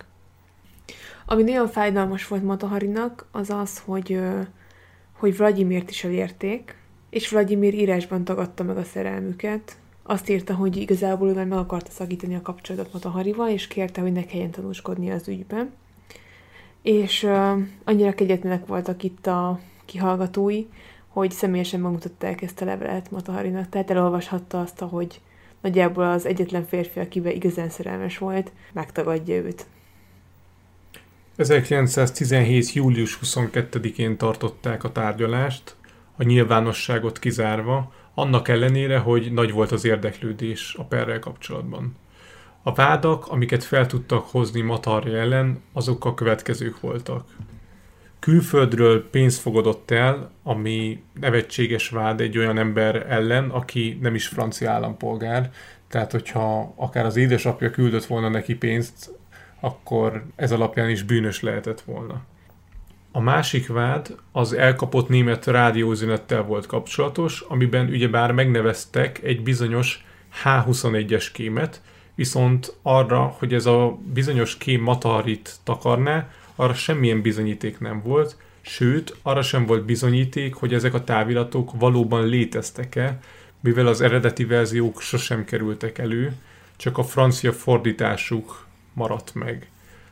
Ami nagyon fájdalmas volt Mata Harinak, az az, hogy Vladimirt is elérték, és Vladimir írásban tagadta meg a szerelmüket. Azt írta, hogy igazából ő meg akarta szakítani a kapcsolatot Mata Harival, és kérte, hogy ne kelljen tanúskodni az ügyben. És annyira kegyetlenek voltak itt a kihallgatói, hogy személyesen megmutatták ezt a levelet Mata Harinak, tehát elolvashatta azt, hogy nagyjából az egyetlen férfi, akiben igazán szerelmes volt, megtagadja őt. 1917. július 22-én tartották a tárgyalást, a nyilvánosságot kizárva, annak ellenére, hogy nagy volt az érdeklődés a perrel kapcsolatban. A vádak, amiket fel tudtak hozni Mata Hari ellen, azok a következők voltak. Külföldről pénzt fogadott el, ami nevetséges vád egy olyan ember ellen, aki nem is francia állampolgár, tehát hogyha akár az édesapja küldött volna neki pénzt, akkor ez alapján is bűnös lehetett volna. A másik vád az elkapott német rádióüzenettel volt kapcsolatos, amiben ugyebár megneveztek egy bizonyos H21-es kémet, viszont arra, hogy ez a bizonyos kém Mata Harit takarná, arra semmilyen bizonyíték nem volt, sőt, arra sem volt bizonyíték, hogy ezek a táviratok valóban léteztek-e, mivel az eredeti verziók sosem kerültek elő, csak a francia fordításuk maradt meg.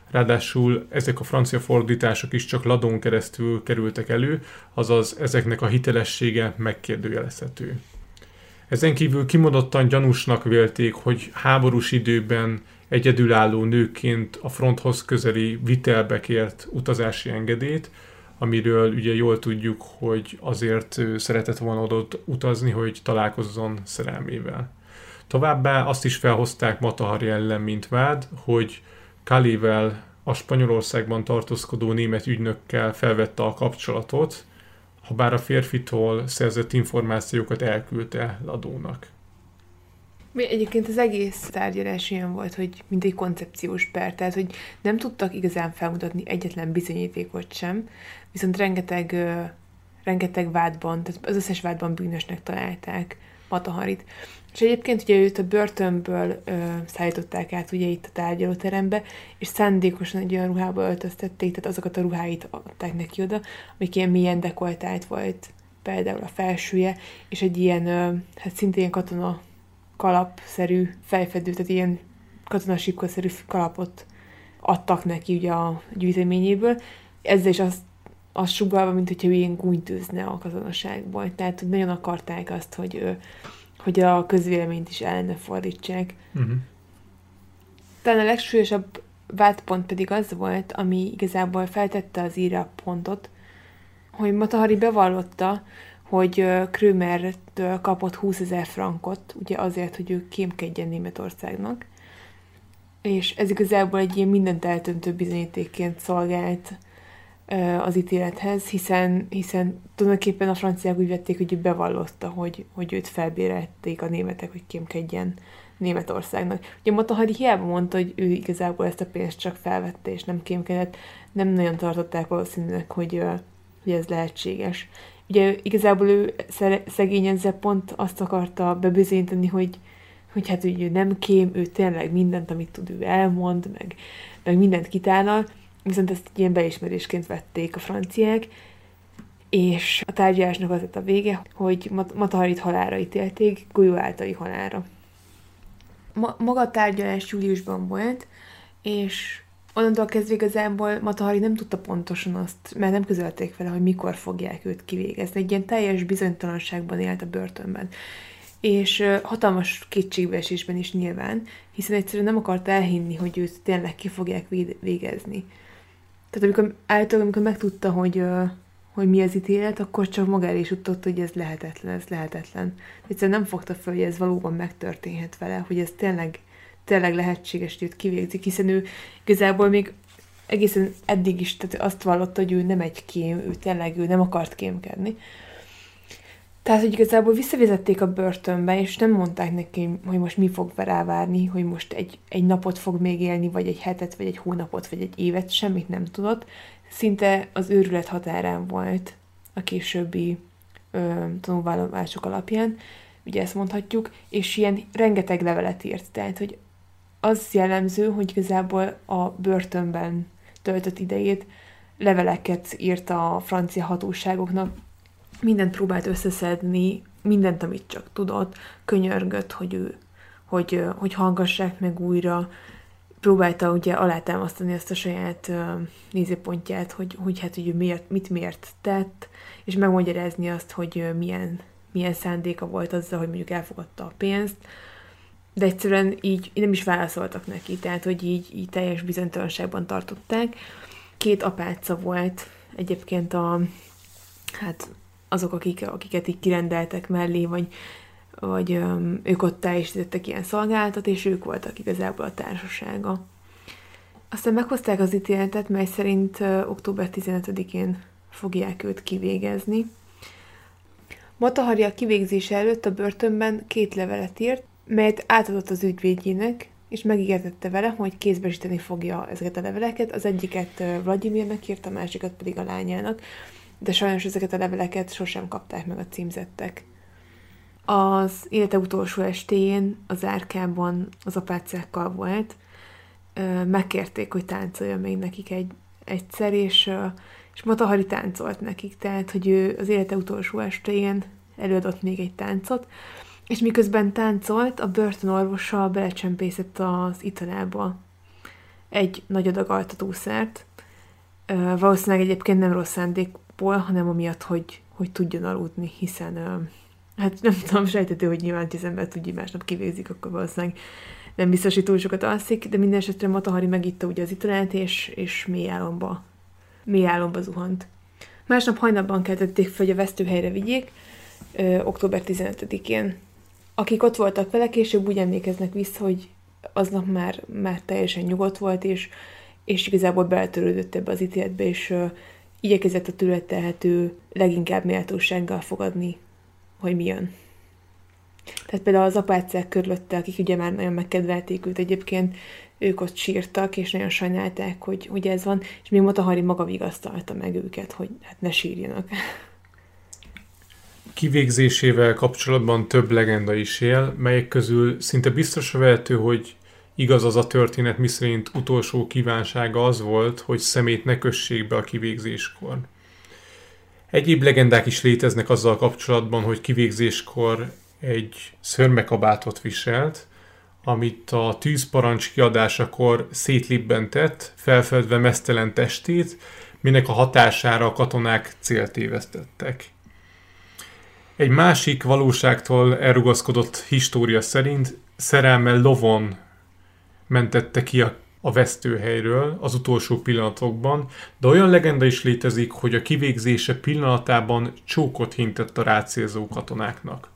Ráadásul ezek a francia fordítások is csak ladón keresztül kerültek elő, azaz ezeknek a hitelessége megkérdőjelezhető. Ezen kívül kimondottan gyanúsnak vélték, hogy háborús időben egyedülálló nőként a fronthoz közeli vitelbe kért utazási engedélyt, amiről ugye jól tudjuk, hogy azért szeretett volna oda utazni, hogy találkozzon szerelmével. Továbbá azt is felhozták Mata Hari ellen, mint vád, hogy Calais-vel, a Spanyolországban tartózkodó német ügynökkel felvette a kapcsolatot, habár a férfitól szerzett információkat elküldte Ladónak. Egyébként az egész tárgyalás ilyen volt, hogy mint egy koncepciós per, tehát hogy nem tudtak igazán felmutatni egyetlen bizonyítékot sem, viszont rengeteg vádban, tehát az összes vádban bűnösnek találták Mata Harit. És egyébként ugye őt a börtönből szállították át ugye itt a tárgyalóterembe, és szándékosan egy olyan ruhába öltöztették, tehát azokat a ruháit adták neki oda, amik ilyen mélyen dekoltált volt, például a felsője, és egy ilyen, hát szintén katona kalapszerű fejfedő, tehát ilyen katonasipkaszerű kalapot adtak neki ugye a gyűjteményéből. Ezzel is azt sugallva, mint hogyha ilyen gúnytűzne a katonaságból. Tehát nagyon akarták azt, hogy a közvéleményt is ellene fordítsák. Talán a legsúlyosabb vádpont pedig az volt, ami igazából feltette az íra pontot, hogy Mata Hari bevallotta, hogy Krömertől kapott 20 000 frankot, ugye azért, hogy ő kémkedjen Németországnak. És ez igazából egy ilyen mindent eltöntő bizonyítékként szolgált az ítélethez, hiszen tulajdonképpen a franciák úgy vették, hogy ő bevallotta, hogy őt felbérelték a németek, hogy kémkedjen Németországnak. Ugye Mata Hari hiába mondta, hogy ő igazából ezt a pénzt csak felvette, és nem kémkedett, nem nagyon tartották valószínűleg, hogy ez lehetséges. Ugye igazából ő szegény ezzel pont azt akarta bebizonyítani, hogy hát ő nem kém, ő tényleg mindent, amit tud, ő elmond, meg mindent kitálal, viszont ezt ilyen beismerésként vették a franciák, és a tárgyalásnak az lett a vége, hogy Mata Harit halálra ítélték, golyó általi halálra. Maga a tárgyalás júliusban volt, és onnantól kezdve igazából Mata Hari nem tudta pontosan azt, mert nem közölték vele, hogy mikor fogják őt kivégezni. Egy ilyen teljes bizonytalanságban élt a börtönben. És hatalmas kétségbeesésben is nyilván, hiszen egyszerűen nem akart elhinni, hogy őt tényleg ki fogják végezni. Tehát amikor megtudta, hogy mi az ítélet, akkor csak magára is tudott, hogy ez lehetetlen. Egyszerűen nem fogta fel, hogy ez valóban megtörténhet vele, hogy ez tényleg lehetséges, hogy őt kivégzik, hiszen ő igazából még egészen eddig is tehát azt vallotta, hogy ő nem egy kém, ő nem akart kémkedni. Tehát, hogy igazából visszavezették a börtönbe, és nem mondták neki, hogy most mi fog rávárni, hogy most egy napot fog még élni, vagy egy hetet, vagy egy hónapot, vagy egy évet, semmit nem tudott. Szinte az őrület határán volt a későbbi tanúvallomások alapján, ugye ezt mondhatjuk, és ilyen rengeteg levelet írt. Tehát, hogy az jellemző, hogy igazából a börtönben töltött idejét leveleket írt a francia hatóságoknak, mindent próbált összeszedni, mindent, amit csak tudott, könyörgött, hogy hallgassák meg újra, próbálta ugye alátámasztani azt a saját nézőpontját, hogy hát hogy ő miért tett, és megmagyarázni azt, hogy milyen szándéka volt azzal, hogy mondjuk elfogadta a pénzt, de egyszerűen így nem is válaszoltak neki, tehát hogy így teljes bizonytalanságban tartották. 2 apáca volt egyébként hát azok, akiket így kirendeltek mellé, vagy ők ott teljesítettek ilyen szolgálatot, és ők voltak igazából a társasága. Aztán meghozták az ítéletet, mely szerint október 15-én fogják őt kivégezni. Mata Hari a kivégzése előtt a börtönben 2 levelet írt, melyet átadott az ügyvédjének, és megígértette vele, hogy kézbesíteni fogja ezeket a leveleket. Az egyiket Vladimirnek írt, a másikat pedig a lányának, de sajnos ezeket a leveleket sosem kapták meg a címzettek. Az élete utolsó estéjén az árkában az apácákkal volt, megkérték, hogy táncoljon még nekik egyszer, és Mata Hari táncolt nekik, tehát, hogy ő az élete utolsó estéjén előadott még egy táncot, és miközben táncolt, a börtönorvosa belecsempészett az italába egy nagy adag altatószert. Valószínűleg egyébként nem rossz szándékból, hanem amiatt, hogy tudjon aludni, hiszen hát nem tudom, sejtető, hogy nyilván, hogy az ember tudja, hogy másnap kivégzik, akkor valószínűleg nem biztos, hogy túl sokat alszik, de minden esetre Mata Hari megitta ugye az italát, és mély álomba zuhant. Másnap hajnalban keltették fel, hogy a vesztőhelyre vigyék, október 15-én. Akik ott voltak vele, később úgy emlékeznek vissza, hogy aznap már teljesen nyugodt volt, és igazából beletörődött ebbe az ítéletbe, és igyekezett a tőle telhető leginkább méltósággal fogadni, hogy mi jön. Tehát például az apácák körülötte, akik ugye már nagyon megkedvelték őt egyébként, ők ott sírtak, és nagyon sajnálták, hogy ez van, és még Mata Hari maga vigasztalta meg őket, hogy hát ne sírjanak. Kivégzésével kapcsolatban több legenda is él, melyek közül szinte biztosra vehető, hogy igaz az a történet, miszerint utolsó kívánsága az volt, hogy szemét ne kössék be a kivégzéskor. Egyéb legendák is léteznek azzal kapcsolatban, hogy kivégzéskor egy szörmekabátot viselt, amit a tűzparancs kiadásakor szétlibbentett, felfedve meztelen testét, minek a hatására a katonák célt évesztettek. Egy másik valóságtól elrugaszkodott história szerint szerelme lovon mentette ki a vesztőhelyről az utolsó pillanatokban, de olyan legenda is létezik, hogy a kivégzése pillanatában csókot hintett a rácélzó katonáknak.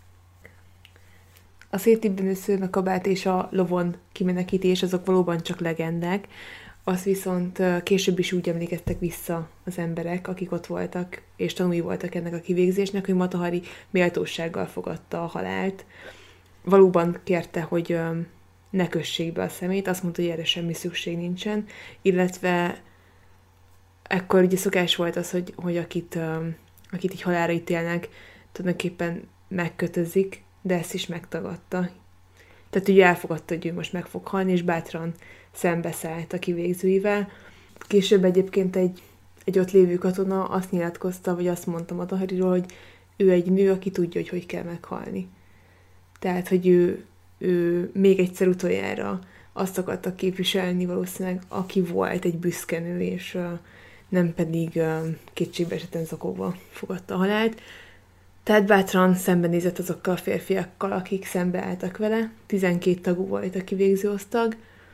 A szétlibbenő szőrmekabát és a lovon kimenekítés azok valóban csak legendák, azt viszont később is úgy emlékeztek vissza az emberek, akik ott voltak, és tanúi voltak ennek a kivégzésnek, hogy Mata Hari méltósággal fogadta a halált. Valóban kérte, hogy ne kössék be a szemét, azt mondta, hogy erre semmi szükség nincsen, illetve ekkor ugye szokás volt az, hogy akit így halálra ítélnek, tulajdonképpen megkötözik, de ezt is megtagadta. Tehát ugye elfogadta, hogy ő most meg fog halni, és bátran szembeszállt a kivégzőivel. Később egyébként egy ott lévő katona azt nyilatkozta, vagy azt mondta Mata Hariról, hogy ő egy nő, aki tudja, hogy kell meghalni. Tehát, hogy ő még egyszer utoljára azt akarta képviselni valószínűleg, aki volt egy büszke nő, és nem pedig kétségbe esetten zakóba fogadta a halált. Tehát bátran szembenézett azokkal a férfiakkal, akik szembeálltak vele. 12 tagú volt a kivégző osztag,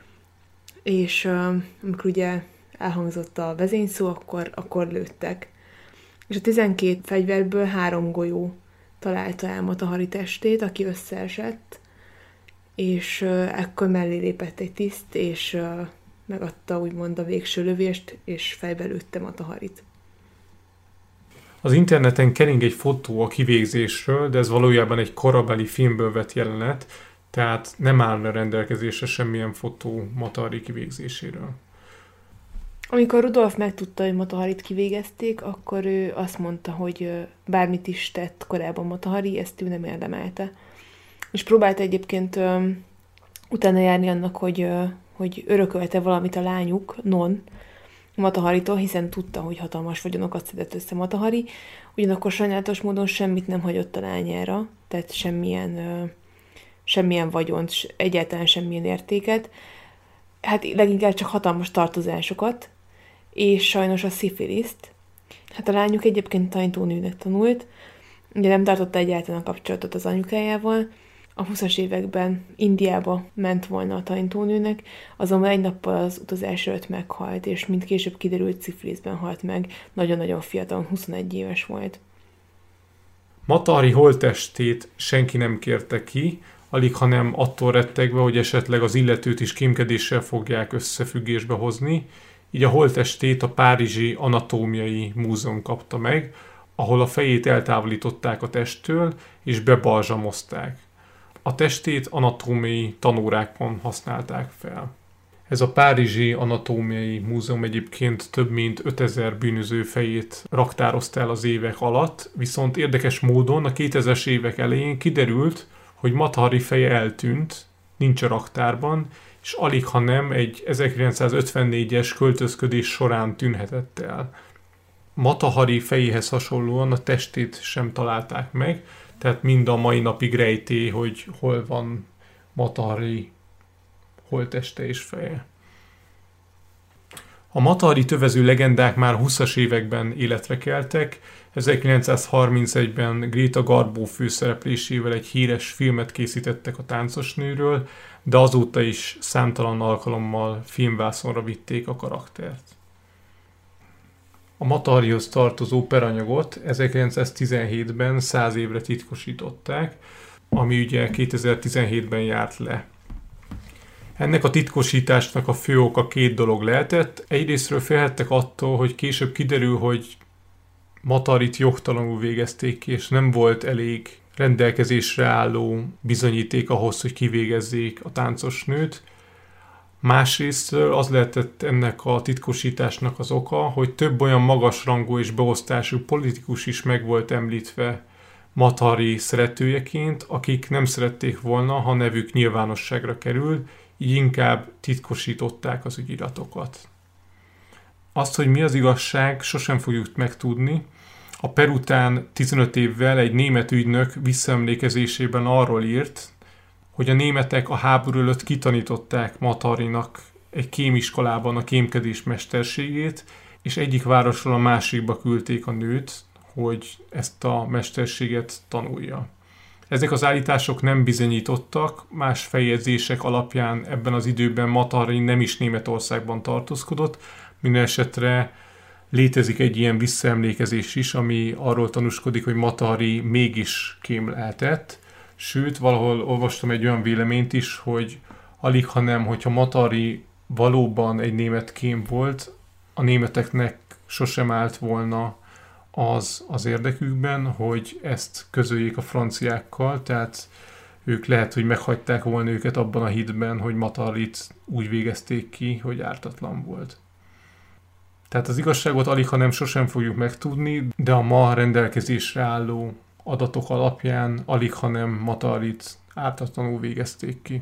és amikor ugye elhangzott a vezényszó, akkor lőttek. És a 12 fegyverből 3 golyó találta el Mata Hari testét, aki összeesett, és ekkor mellé lépett egy tiszt, és megadta úgymond a végső lövést, és fejbe lőtte Mata Harit. Az interneten kering egy fotó a kivégzésről, de ez valójában egy korabeli filmből vett jelenet, tehát nem áll a rendelkezésre semmilyen fotó Mata Hari kivégzéséről. Amikor Rudolf megtudta, hogy Mata Harit kivégezték, akkor ő azt mondta, hogy bármit is tett korábban Mata Hari, ezt ő nem érdemelte. És próbált egyébként utána járni annak, hogy örökölte valamit a lányuk, Non, Mata Haritól, hiszen tudta, hogy hatalmas vagyonokat szedett össze Mata Hari, ugyanakkor sajnálatos módon semmit nem hagyott a lányára, tehát semmilyen vagyont, egyáltalán semmilyen értéket, hát leginkább csak hatalmas tartozásokat, és sajnos a szifiliszt. Hát a lányuk egyébként tanítónőnek tanult, ugye nem tartotta egyáltalán a kapcsolatot az anyukájával, a 20-as években Indiába ment volna a tanítónőnek, azonban egy nappal az utazás előtt meghalt, és mint később kiderült, szifiliszben halt meg, nagyon-nagyon fiatalon, 21 éves volt. Mata Hari holttestét senki nem kérte ki, alig hanem attól rettegve, hogy esetleg az illetőt is kémkedéssel fogják összefüggésbe hozni, így a holttestét a Párizsi Anatómiai Múzeum kapta meg, ahol a fejét eltávolították a testtől, és bebalzsamozták. A testét anatómiai tanórákon használták fel. Ez a Párizsi Anatómiai Múzeum egyébként több mint 5000 bűnöző fejét raktározta el az évek alatt, viszont érdekes módon a 2000-es évek elején kiderült, hogy Mata Hari feje eltűnt, nincs a raktárban, és alig ha nem egy 1954-es költözködés során tűnhetett el. Mata Hari fejéhez hasonlóan a testét sem találták meg, tehát mind a mai napig rejtély, hogy hol van Mata Hari holtteste és feje. A Mata Hari tövező legendák már 20-as években életre keltek. 1931-ben Greta Garbo főszereplésével egy híres filmet készítettek a táncosnőről, de azóta is számtalan alkalommal filmvászonra vitték a karaktert. A Mata Harihoz tartozó peranyagot 1917-ben 100 évre titkosították, ami ugye 2017-ben járt le. Ennek a titkosításnak a fő oka két dolog lehetett. Egyrésztről félhettek attól, hogy később kiderül, hogy Mata Harit jogtalanul végezték ki, és nem volt elég rendelkezésre álló bizonyíték ahhoz, hogy kivégezzék a táncosnőt. Másrésztről az lehetett ennek a titkosításnak az oka, hogy több olyan magasrangú és beosztású politikus is meg volt említve Mata Hari szeretőjeként, akik nem szerették volna, ha nevük nyilvánosságra kerül, így inkább titkosították az ügyiratokat. Azt, hogy mi az igazság, sosem fogjuk megtudni. A per után 15 évvel egy német ügynök visszaemlékezésében arról írt, hogy a németek a háború előtt kitanították Mata Harinak egy kémiskolában a kémkedés mesterségét, és egyik városról a másikba küldték a nőt, hogy ezt a mesterséget tanulja. Ezek az állítások nem bizonyítottak, más feljegyzések alapján ebben az időben Mata Hari nem is Németországban tartózkodott, minden esetre létezik egy ilyen visszaemlékezés is, ami arról tanúskodik, hogy Mata Hari mégis kém lehetett, sőt, valahol olvastam egy olyan véleményt is, hogy alig, hanem, hogyha Mata Hari valóban egy német kém volt, a németeknek sosem állt volna az érdekükben, hogy ezt közöljék a franciákkal, tehát ők lehet, hogy meghagyták volna őket abban a hitben, hogy Mata Harit úgy végezték ki, hogy ártatlan volt. Tehát az igazságot alig, hanem sosem fogjuk megtudni, de a ma rendelkezésre álló adatok alapján alig, hanem Mata Harit ártatlanul végezték ki.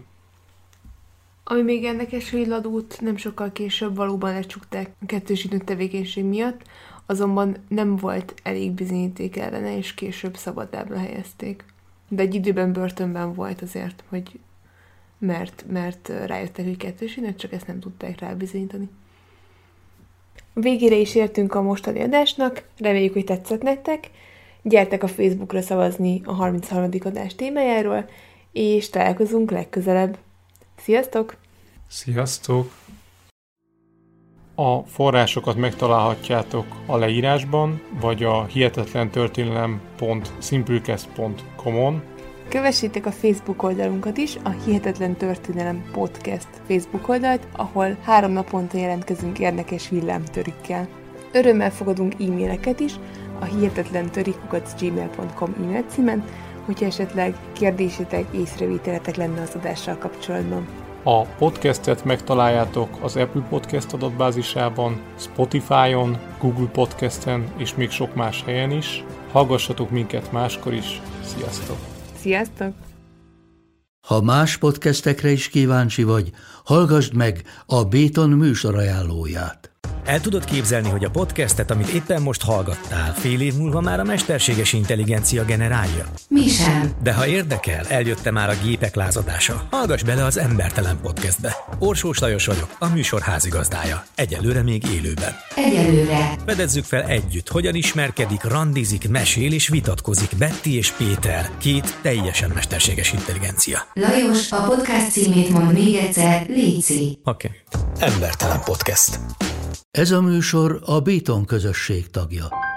Ami még érdekes, hogy Ladót nem sokkal később valóban lecsukták a kettősítő tevékenység miatt, azonban nem volt elég bizonyíték ellene, és később szabadlábra helyezték. De egy időben börtönben volt azért, hogy mert rájöttek, hogy kettősítő, csak ezt nem tudták rábizonyítani. Végére is értünk a mostani adásnak, reméljük, hogy tetszett nektek. Gyertek a Facebookra szavazni a 33. adás témájáról, és találkozunk legközelebb. Sziasztok! Sziasztok! A forrásokat megtalálhatjátok a leírásban, vagy a hihetetlentörténelem.simplecast.com-on. Kövessétek a Facebook oldalunkat is, a Hihetetlen Történelem Podcast Facebook oldalt, ahol 3 naponta jelentkezünk érdekes villámtörikkel. Örömmel fogadunk e-maileket is a hihetetlentörik@gmail.com e-mail címen, hogyha esetleg kérdésetek, észrevételetek lenne az adással kapcsolatban. A podcastet megtaláljátok az Apple Podcast adatbázisában, Spotify-on, Google Podcasten és még sok más helyen is. Hallgassatok minket máskor is. Sziasztok! Sziasztok! Ha más podcastekre is kíváncsi vagy, hallgassd meg a Béton műsor ajánlóját. El tudod képzelni, hogy a podcastet, amit éppen most hallgattál, fél év múlva már a mesterséges intelligencia generálja? Mi sem. De ha érdekel, eljött már a gépek lázadása. Hallgass bele az Embertelen Podcastbe. Orsós Lajos vagyok, a műsor házigazdája. Egyelőre még élőben. Egyelőre. Fedezzük fel együtt, hogyan ismerkedik, randizik, mesél és vitatkozik Betty és Péter, 2 teljesen mesterséges intelligencia. Lajos, a podcast címét mond még egyszer, léci. Oké. Embertelen Podcast. Ez a műsor a Béton közösség tagja.